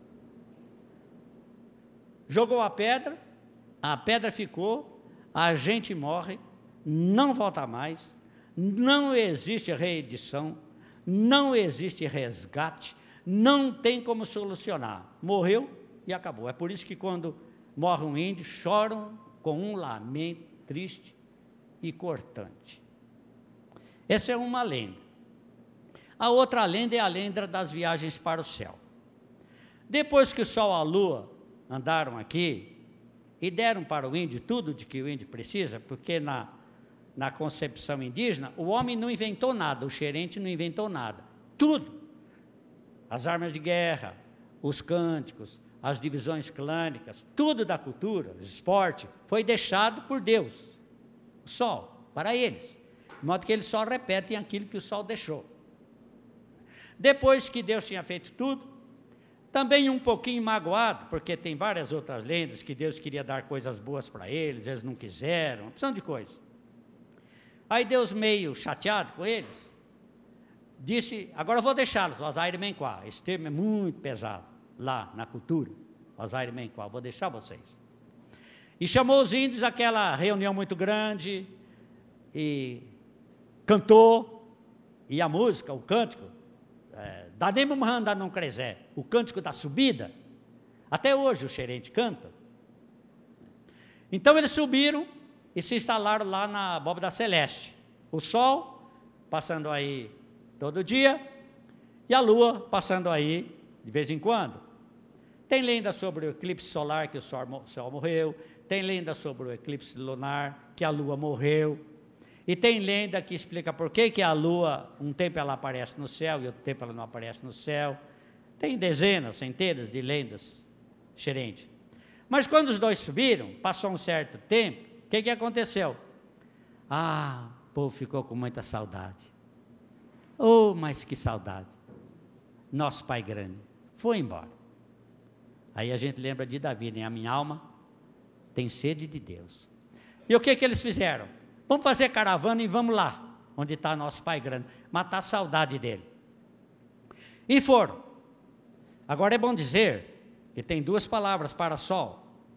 jogou a pedra, a pedra ficou, a gente morre, não volta mais, não existe reedição, não existe resgate, não tem como solucionar, morreu e acabou. É por isso que quando morre um índio, choram com um lamento triste e cortante. Essa é uma lenda. A outra lenda é a lenda das viagens para o céu. Depois que o sol e a lua andaram aqui e deram para o índio tudo de que o índio precisa, porque na Na concepção indígena, o homem não inventou nada, o xerente não inventou nada, tudo, as armas de guerra, os cânticos, as divisões clânicas, tudo da cultura, o esporte, foi deixado por Deus, o sol, para eles, de modo que eles só repetem aquilo que o sol deixou. Depois que Deus tinha feito tudo, também um pouquinho magoado, porque tem várias outras lendas que Deus queria dar coisas boas para eles, eles não quiseram, uma opção de coisa. Aí Deus, meio chateado com eles, disse: agora eu vou deixá-los, o Azaire Menquá. Esse termo é muito pesado lá na cultura, o Azaire Menquá, vou deixar vocês. E chamou os índios àquela reunião muito grande, e cantou, e a música, o cântico, é, da Nemumhanda não Crezé, o cântico da subida, até hoje o xerente canta. Então eles subiram e se instalaram lá na abóbada celeste, o sol passando aí todo dia, e a lua passando aí de vez em quando. Tem lenda sobre o eclipse solar, que o sol, o sol morreu, tem lenda sobre o eclipse lunar, que a lua morreu, e tem lenda que explica por que, que a lua, um tempo ela aparece no céu, e outro tempo ela não aparece no céu. Tem dezenas, centenas de lendas xerente. Mas quando os dois subiram, passou um certo tempo, o que, que aconteceu? Ah, o povo ficou com muita saudade. Oh, mas que saudade. Nosso pai grande foi embora. Aí a gente lembra de Davi, né? A minha alma tem sede de Deus. E o que, que eles fizeram? Vamos fazer caravana e vamos lá, onde está nosso pai grande, matar a saudade dele. E foram. Agora é bom dizer que tem duas palavras para sol.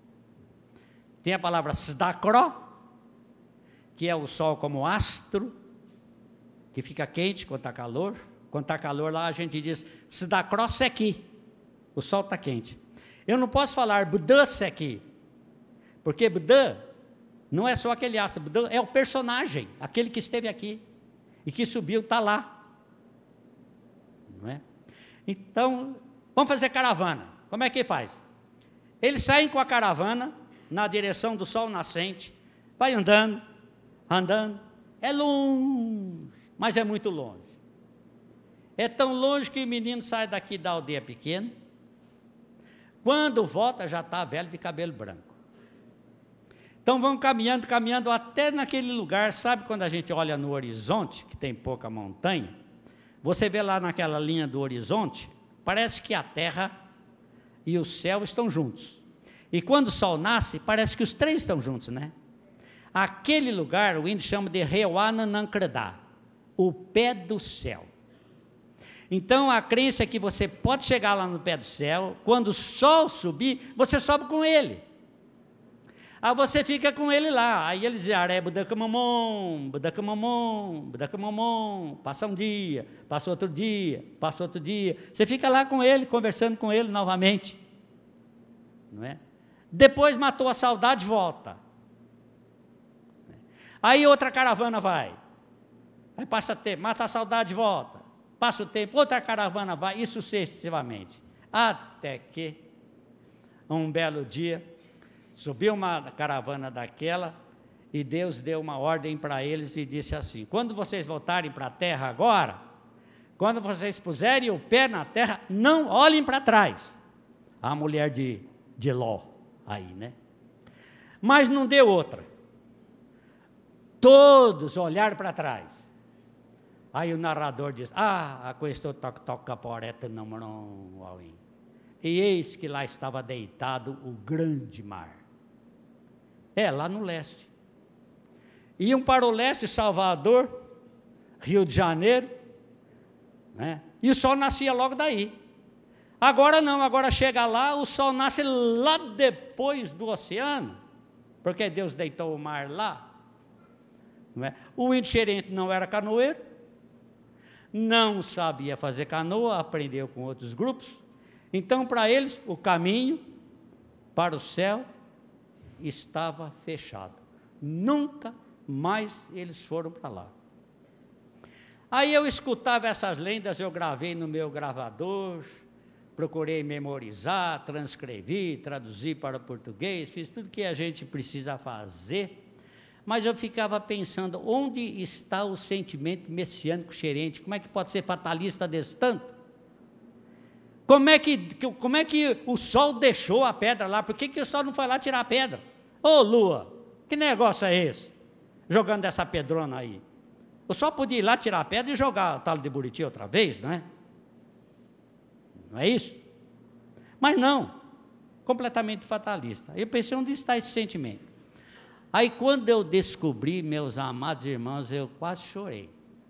Tem a palavra Sdacró, que é o sol como astro, que fica quente quando está calor. Quando está calor lá a gente diz Sdacró Sequi, o sol está quente. Eu não posso falar Budã Sequi, porque Budã Não é só aquele astro, é o personagem, aquele que esteve aqui e que subiu, está lá. Não é? Então, vamos fazer caravana. Como é que faz? Eles saem com a caravana na direção do sol nascente, vai andando, andando, é longe, mas é muito longe. É tão longe que o menino sai daqui da aldeia pequena, quando volta já está velho de cabelo branco. Então vão caminhando, caminhando até naquele lugar, sabe quando a gente olha no horizonte, que tem pouca montanha, você vê lá naquela linha do horizonte, parece que a terra e o céu estão juntos. E quando o sol nasce, parece que os três estão juntos, né? Aquele lugar, o índio chama de Reuananancredá, o pé do céu. Então, a crença é que você pode chegar lá no pé do céu, quando o sol subir, você sobe com ele. Aí você fica com ele lá, aí ele diz, aré, budacamamon, budacamamon, budacamamon, passa um dia, passa outro dia, passa outro dia, você fica lá com ele, conversando com ele novamente, não é? Depois matou a saudade, volta. Aí outra caravana vai, aí passa tempo, mata a saudade, volta, passa o tempo, outra caravana vai, e sucessivamente, até que, um belo dia, subiu uma caravana daquela, e Deus deu uma ordem para eles e disse assim, quando vocês voltarem para a terra agora, quando vocês puserem o pé na terra, não olhem para trás. A mulher de, de Ló, aí, né? Mas não deu outra. Todos olharam para trás. Aí o narrador diz, ah, a questo toc toc caporeta não não. E eis que lá estava deitado o grande mar. É, lá no leste. Iam para o leste, Salvador, Rio de Janeiro, né? E o sol nascia logo daí. Agora não, agora chega lá, o sol nasce lá depois do oceano, porque Deus deitou o mar lá. Não é? O índio xerente não era canoeiro, não sabia fazer canoa, aprendeu com outros grupos. Então, para eles, o caminho para o céu estava fechado. Nunca mais eles foram para lá. Aí eu escutava essas lendas, eu gravei no meu gravador, procurei memorizar, transcrevi, traduzir para o português, fiz tudo que a gente precisa fazer, mas eu ficava pensando, onde está o sentimento messiânico xerente? Como é que pode ser fatalista desse tanto? Como é que, como é que o sol deixou a pedra lá? Por que, que o sol não foi lá tirar a pedra? Ô lua, que negócio é esse? Jogando essa pedrona aí. O sol podia ir lá tirar a pedra e jogar o talo de Buriti outra vez, não é? Não é isso? Mas não, completamente fatalista. Eu pensei, onde está esse sentimento? Aí quando eu descobri, meus amados irmãos, eu quase chorei.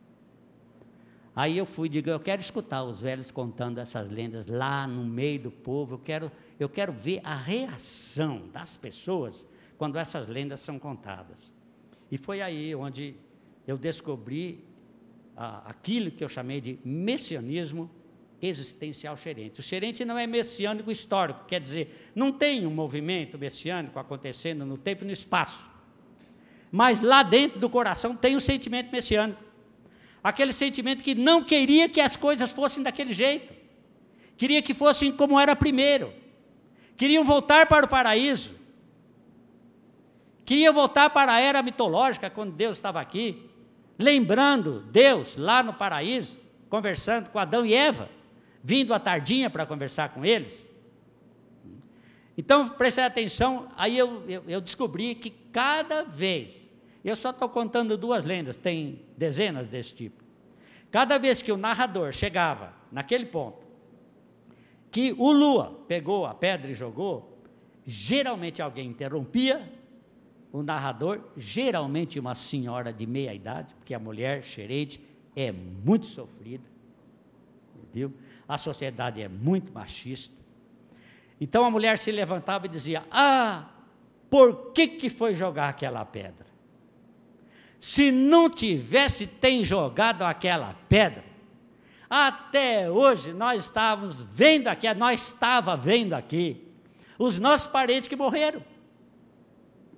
Aí eu fui e digo, eu quero escutar os velhos contando essas lendas lá no meio do povo, eu quero, eu quero ver a reação das pessoas quando essas lendas são contadas. E foi aí onde eu descobri ah, aquilo que eu chamei de messianismo existencial xerente. O xerente não é messiânico histórico, quer dizer, não tem um movimento messiânico acontecendo no tempo e no espaço, mas lá dentro do coração tem um sentimento messiânico. Aquele sentimento que não queria que as coisas fossem daquele jeito, queria que fossem como era primeiro, queriam voltar para o paraíso, queriam voltar para a era mitológica, quando Deus estava aqui, lembrando Deus lá no paraíso, conversando com Adão e Eva, vindo à tardinha para conversar com eles. Então, preste atenção, aí eu, eu, eu descobri que cada vez, eu só estou contando duas lendas, tem dezenas desse tipo. Cada vez que o narrador chegava naquele ponto, que o Lua pegou a pedra e jogou, geralmente alguém interrompia o narrador, geralmente uma senhora de meia idade, porque a mulher xerente é muito sofrida, viu? A sociedade é muito machista. Então a mulher se levantava e dizia, ah, por que que foi jogar aquela pedra? Se não tivesse tem jogado aquela pedra, até hoje nós estávamos vendo aqui, nós estava vendo aqui, os nossos parentes que morreram.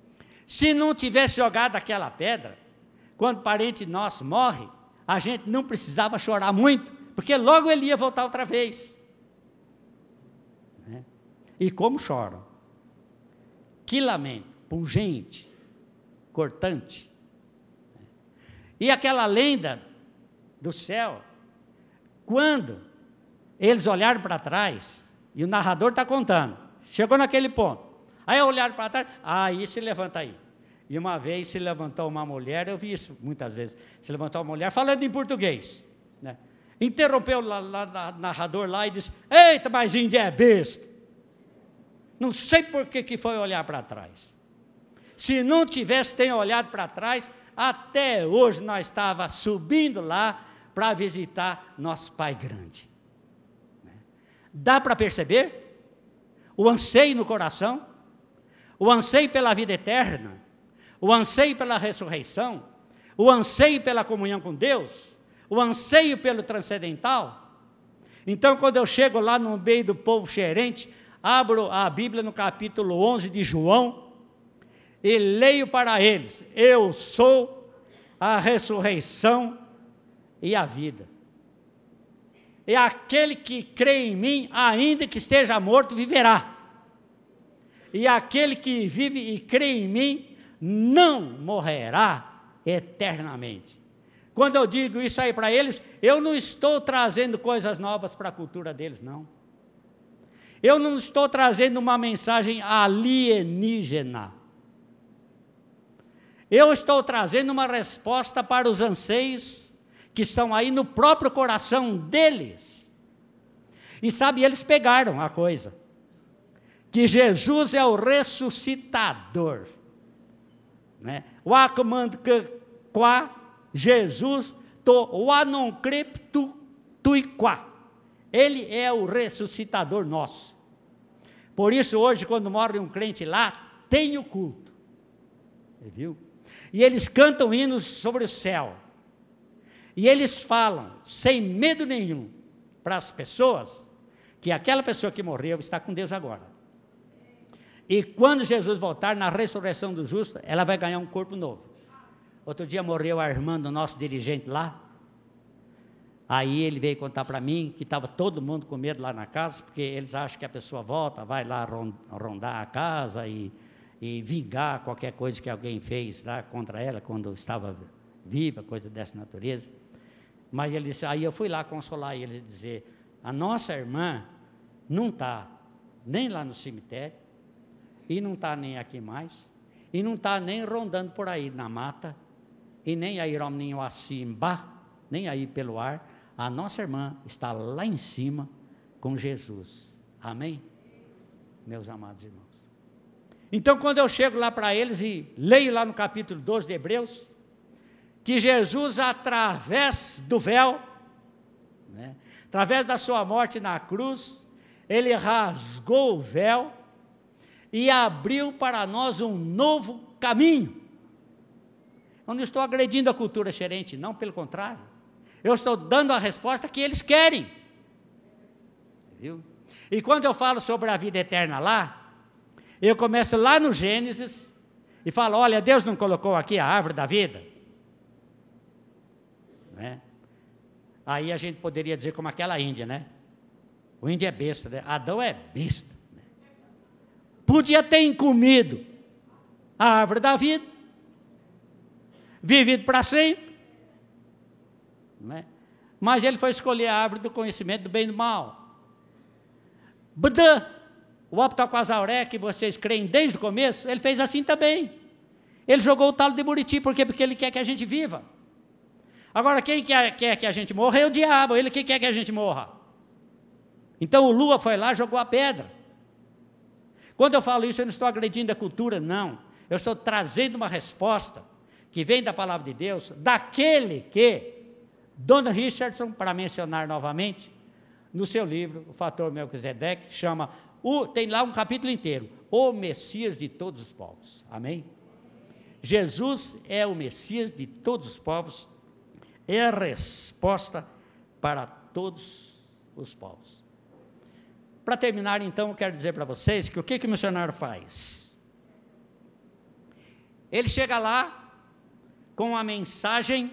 Se não tivesse jogado aquela pedra, quando parente nosso morre, a gente não precisava chorar muito, porque logo ele ia voltar outra vez. Né? E como choram? Que lamento, pungente, cortante. E aquela lenda do céu, quando eles olharam para trás, e o narrador está contando, chegou naquele ponto, aí olharam para trás, aí se levanta aí. E uma vez se levantou uma mulher, eu vi isso muitas vezes, se levantou uma mulher falando em português, né? Interrompeu o narrador lá e disse, eita, mas índio é besta. Não sei por que, que foi olhar para trás. Se não tivesse tem olhado para trás, até hoje nós estávamos subindo lá para visitar nosso Pai grande. Dá para perceber o anseio no coração, o anseio pela vida eterna, o anseio pela ressurreição, o anseio pela comunhão com Deus, o anseio pelo transcendental. Então, quando eu chego lá no meio do povo xerente, abro a Bíblia no capítulo onze de João e leio para eles, eu sou a ressurreição e a vida. E aquele que crê em mim, ainda que esteja morto, viverá. E aquele que vive e crê em mim, não morrerá eternamente. Quando eu digo isso aí para eles, eu não estou trazendo coisas novas para a cultura deles, não. Eu não estou trazendo uma mensagem alienígena. Eu estou trazendo uma resposta para os anseios que estão aí no próprio coração deles. E sabe, eles pegaram a coisa, que Jesus é o ressuscitador. Né? O acomando que qua Jesus to o anoncreptu tuiquá. Ele é o ressuscitador nosso. Por isso hoje quando morre um crente lá, tem o culto. Você viu? E eles cantam hinos sobre o céu. E eles falam, sem medo nenhum, para as pessoas, que aquela pessoa que morreu está com Deus agora. E quando Jesus voltar na ressurreição do justo, ela vai ganhar um corpo novo. Outro dia morreu a irmã do nosso dirigente lá. Aí ele veio contar para mim que estava todo mundo com medo lá na casa, porque eles acham que a pessoa volta, vai lá rondar a casa e, e vingar qualquer coisa que alguém fez lá contra ela, quando estava viva, coisa dessa natureza. Mas ele disse, aí eu fui lá consolar ele e dizer, a nossa irmã não está nem lá no cemitério, e não está nem aqui mais, e não está nem rondando por aí na mata, e nem aí rominho acima, nem aí pelo ar. A nossa irmã está lá em cima com Jesus. Amém? Meus amados irmãos. Então, quando eu chego lá para eles e leio lá no capítulo doze de Hebreus, que Jesus, através do véu, né, através da sua morte na cruz, ele rasgou o véu e abriu para nós um novo caminho. Eu não estou agredindo a cultura xerente, não, pelo contrário. Eu estou dando a resposta que eles querem. Viu? E quando eu falo sobre a vida eterna lá, eu começo lá no Gênesis e falo, olha, Deus não colocou aqui a árvore da vida? Né? Aí a gente poderia dizer como aquela índia, né? O índio é besta, né? Adão é besta. Né? Podia ter comido a árvore da vida, vivido para sempre, né? Mas ele foi escolher a árvore do conhecimento do bem e do mal. Buda, o Optoquasauré, que vocês creem desde o começo, ele fez assim também. Ele jogou o talo de Buriti, por quê? Porque ele quer que a gente viva. Agora, quem quer, quer que a gente morra é o diabo, ele que quer que a gente morra. Então o Lua foi lá e jogou a pedra. Quando eu falo isso, eu não estou agredindo a cultura, não. Eu estou trazendo uma resposta que vem da palavra de Deus, daquele que Dona Richardson, para mencionar novamente, no seu livro, O Fator Melquisedeque, chama, o, tem lá um capítulo inteiro, o Messias de todos os povos. Amém? Jesus é o Messias de todos os povos, é a resposta para todos os povos. Para terminar, então, eu quero dizer para vocês que o que, que o missionário faz? ele chega lá com a mensagem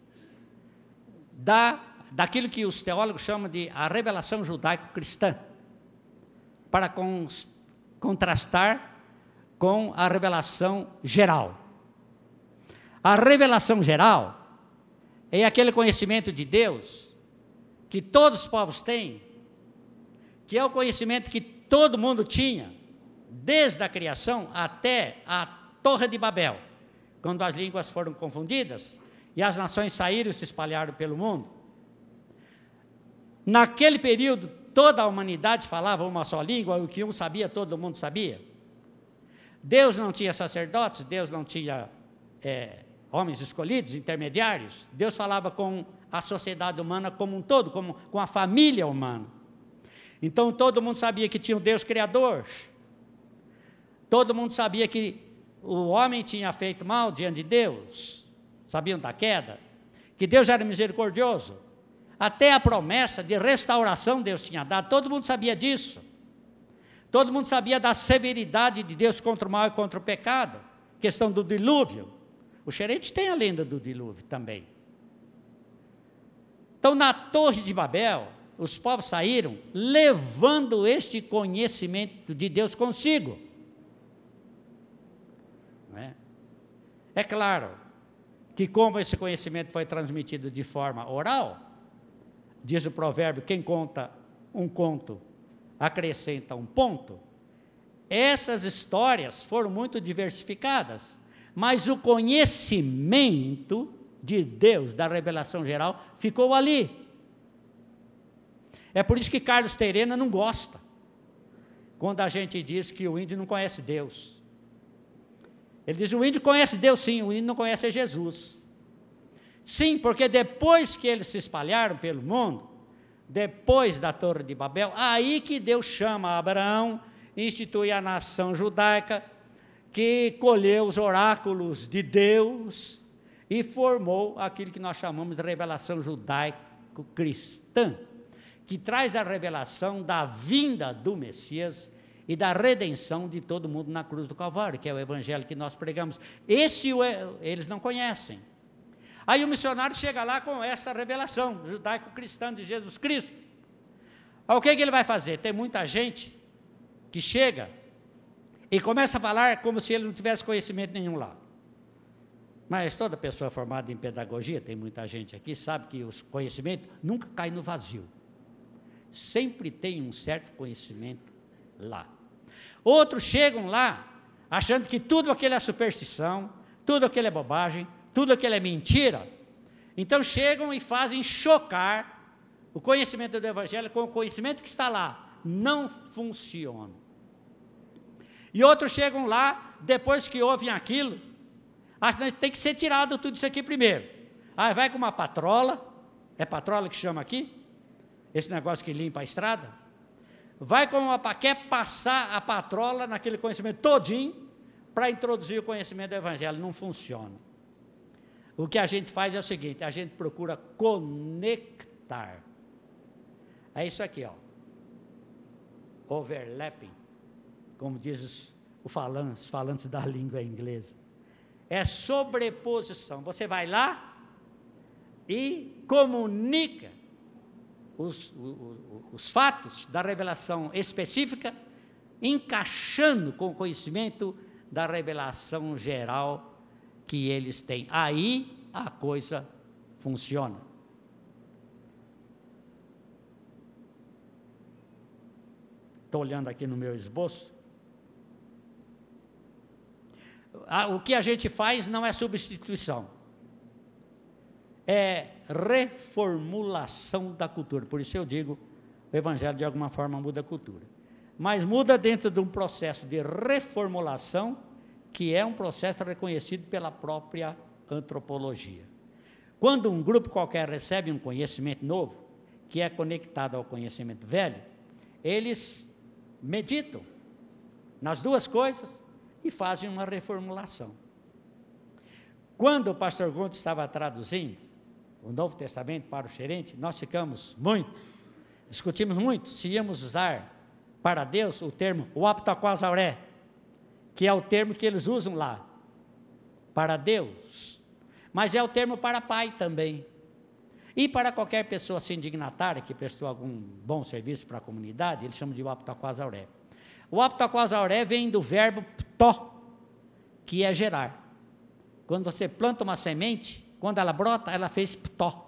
da, daquilo que os teólogos chamam de a revelação judaico-cristã, para cons, contrastar com a revelação geral. A revelação geral é aquele conhecimento de Deus que todos os povos têm, que é o conhecimento que todo mundo tinha, desde a criação até a Torre de Babel, quando as línguas foram confundidas e as nações saíram e se espalharam pelo mundo. Naquele período, toda a humanidade falava uma só língua, o que um sabia, todo mundo sabia. Deus não tinha sacerdotes, Deus não tinha é, homens escolhidos, intermediários. Deus falava com a sociedade humana como um todo, como, com a família humana. Então, todo mundo sabia que tinha um Deus Criador. Todo mundo sabia que o homem tinha feito mal diante de Deus. Sabiam da queda. Que Deus era misericordioso. Até a promessa de restauração Deus tinha dado. Todo mundo sabia disso. Todo mundo sabia da severidade de Deus contra o mal e contra o pecado. Questão do dilúvio. O Xerente tem a lenda do dilúvio também. Então, na Torre de Babel, os povos saíram levando este conhecimento de Deus consigo. Não é? É claro que como esse conhecimento foi transmitido de forma oral, diz o provérbio, quem conta um conto acrescenta um ponto, essas histórias foram muito diversificadas, mas o conhecimento de Deus, da revelação geral, ficou ali. É por isso que Carlos Terena não gosta, quando a gente diz que o índio não conhece Deus. Ele diz, o índio conhece Deus sim, o índio não conhece Jesus. Sim, porque depois que eles se espalharam pelo mundo, depois da Torre de Babel, aí que Deus chama Abraão, institui a nação judaica, que colheu os oráculos de Deus e formou aquilo que nós chamamos de revelação judaico-cristã, que traz a revelação da vinda do Messias e da redenção de todo mundo na cruz do Calvário, que é o evangelho que nós pregamos. Esse eles não conhecem. Aí o missionário chega lá com essa revelação judaico-cristã de Jesus Cristo. Aí, o que, que ele vai fazer? Tem muita gente que chega e começa a falar como se ele não tivesse conhecimento nenhum lá. Mas toda pessoa formada em pedagogia, tem muita gente aqui, sabe que o conhecimento nunca cai no vazio. Sempre tem um certo conhecimento lá. Outros chegam lá achando que tudo aquilo é superstição, tudo aquilo é bobagem, tudo aquilo é mentira. Então chegam e fazem chocar o conhecimento do evangelho com o conhecimento que está lá. Não funciona. E outros chegam lá, depois que ouvem aquilo, acham que tem que ser tirado tudo isso aqui primeiro. Aí vai com uma patrola, é patrola que chama aqui? Esse negócio que limpa a estrada? Vai com uma, quer passar a patrola naquele conhecimento todinho, para introduzir o conhecimento do evangelho. Não funciona. O que a gente faz é o seguinte, a gente procura conectar. É isso aqui, ó. Overlapping, como diz os, os, falantes, os falantes da língua inglesa. É sobreposição. Você vai lá e comunica os, os, os fatos da revelação específica, encaixando com o conhecimento da revelação geral que eles têm. Aí a coisa funciona. Estou olhando aqui no meu esboço. O que a gente faz não é substituição, é reformulação da cultura. Por isso eu digo, o evangelho de alguma forma muda a cultura. Mas muda dentro de um processo de reformulação, que é um processo reconhecido pela própria antropologia. Quando um grupo qualquer recebe um conhecimento novo, que é conectado ao conhecimento velho, eles meditam nas duas coisas e fazem uma reformulação. Quando o pastor Gonto estava traduzindo o Novo Testamento para o Xerente, nós ficamos muito, discutimos muito, se íamos usar para Deus o termo o aptaquasauré, que é o termo que eles usam lá. para Deus, mas é o termo para pai também. E para qualquer pessoa signatária que prestou algum bom serviço para a comunidade, eles chamam de Waptaquás Auré. O Waptaquás Auré vem do verbo ptó, que é gerar. Quando você planta uma semente, quando ela brota, ela fez ptó.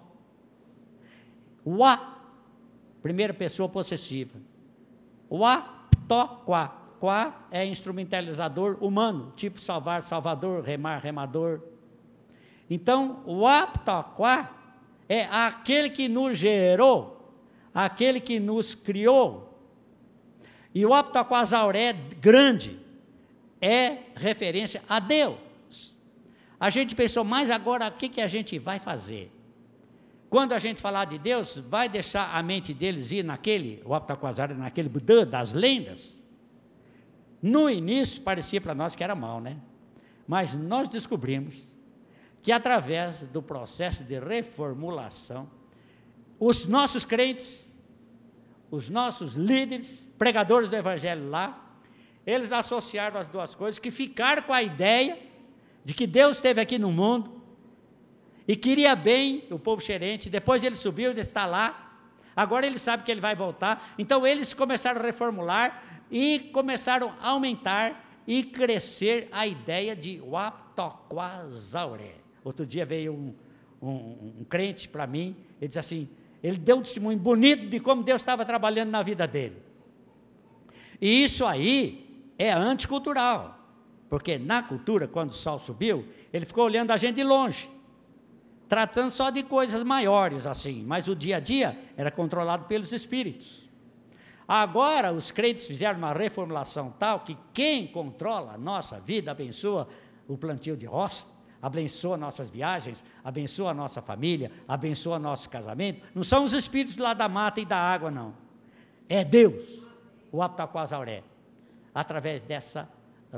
Wa, primeira pessoa possessiva. Wa, ptó, quá. Quá é instrumentalizador humano, tipo salvar, salvador, remar, remador. Então, o Waptó, quá, é aquele que nos gerou, aquele que nos criou. E o Waptaquás Auré grande é referência a Deus. A gente pensou, mas agora o que, que a gente vai fazer? Quando a gente falar de Deus, vai deixar a mente deles ir naquele, o Waptaquás Auré, naquele Budã das lendas? No início parecia para nós que era mal, né? Mas nós descobrimos que através do processo de reformulação, os nossos crentes, os nossos líderes, pregadores do evangelho lá, eles associaram as duas coisas, que ficaram com a ideia de que Deus esteve aqui no mundo e queria bem o povo xerente. Depois ele subiu, ele está lá, agora ele sabe que ele vai voltar. Então eles começaram a reformular e começaram a aumentar e crescer a ideia de Waptaquás Auré. Outro dia veio um, um, um crente para mim, ele disse assim, ele deu um testemunho bonito de como Deus estava trabalhando na vida dele. E isso aí é anticultural, porque na cultura, quando o sol subiu, ele ficou olhando a gente de longe, tratando só de coisas maiores assim, mas o dia a dia era controlado pelos espíritos. Agora os crentes fizeram uma reformulação tal que quem controla a nossa vida, abençoa o plantio de roça, abençoa nossas viagens, abençoa a nossa família, abençoa nosso casamento, não são os espíritos lá da mata e da água, não. É Deus, o Waptaquás Auré, através dessa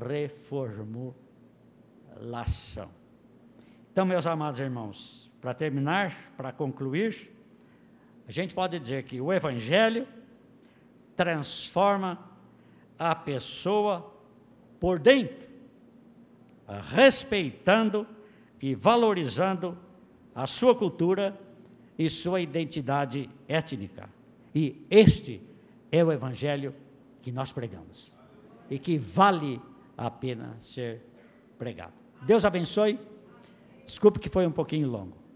reformulação. Então, meus amados irmãos, para terminar, para concluir, a gente pode dizer que o Evangelho transforma a pessoa por dentro, respeitando e valorizando a sua cultura e sua identidade étnica. E este é o Evangelho que nós pregamos e que vale a pena ser pregado. Deus abençoe. Desculpe que foi um pouquinho longo.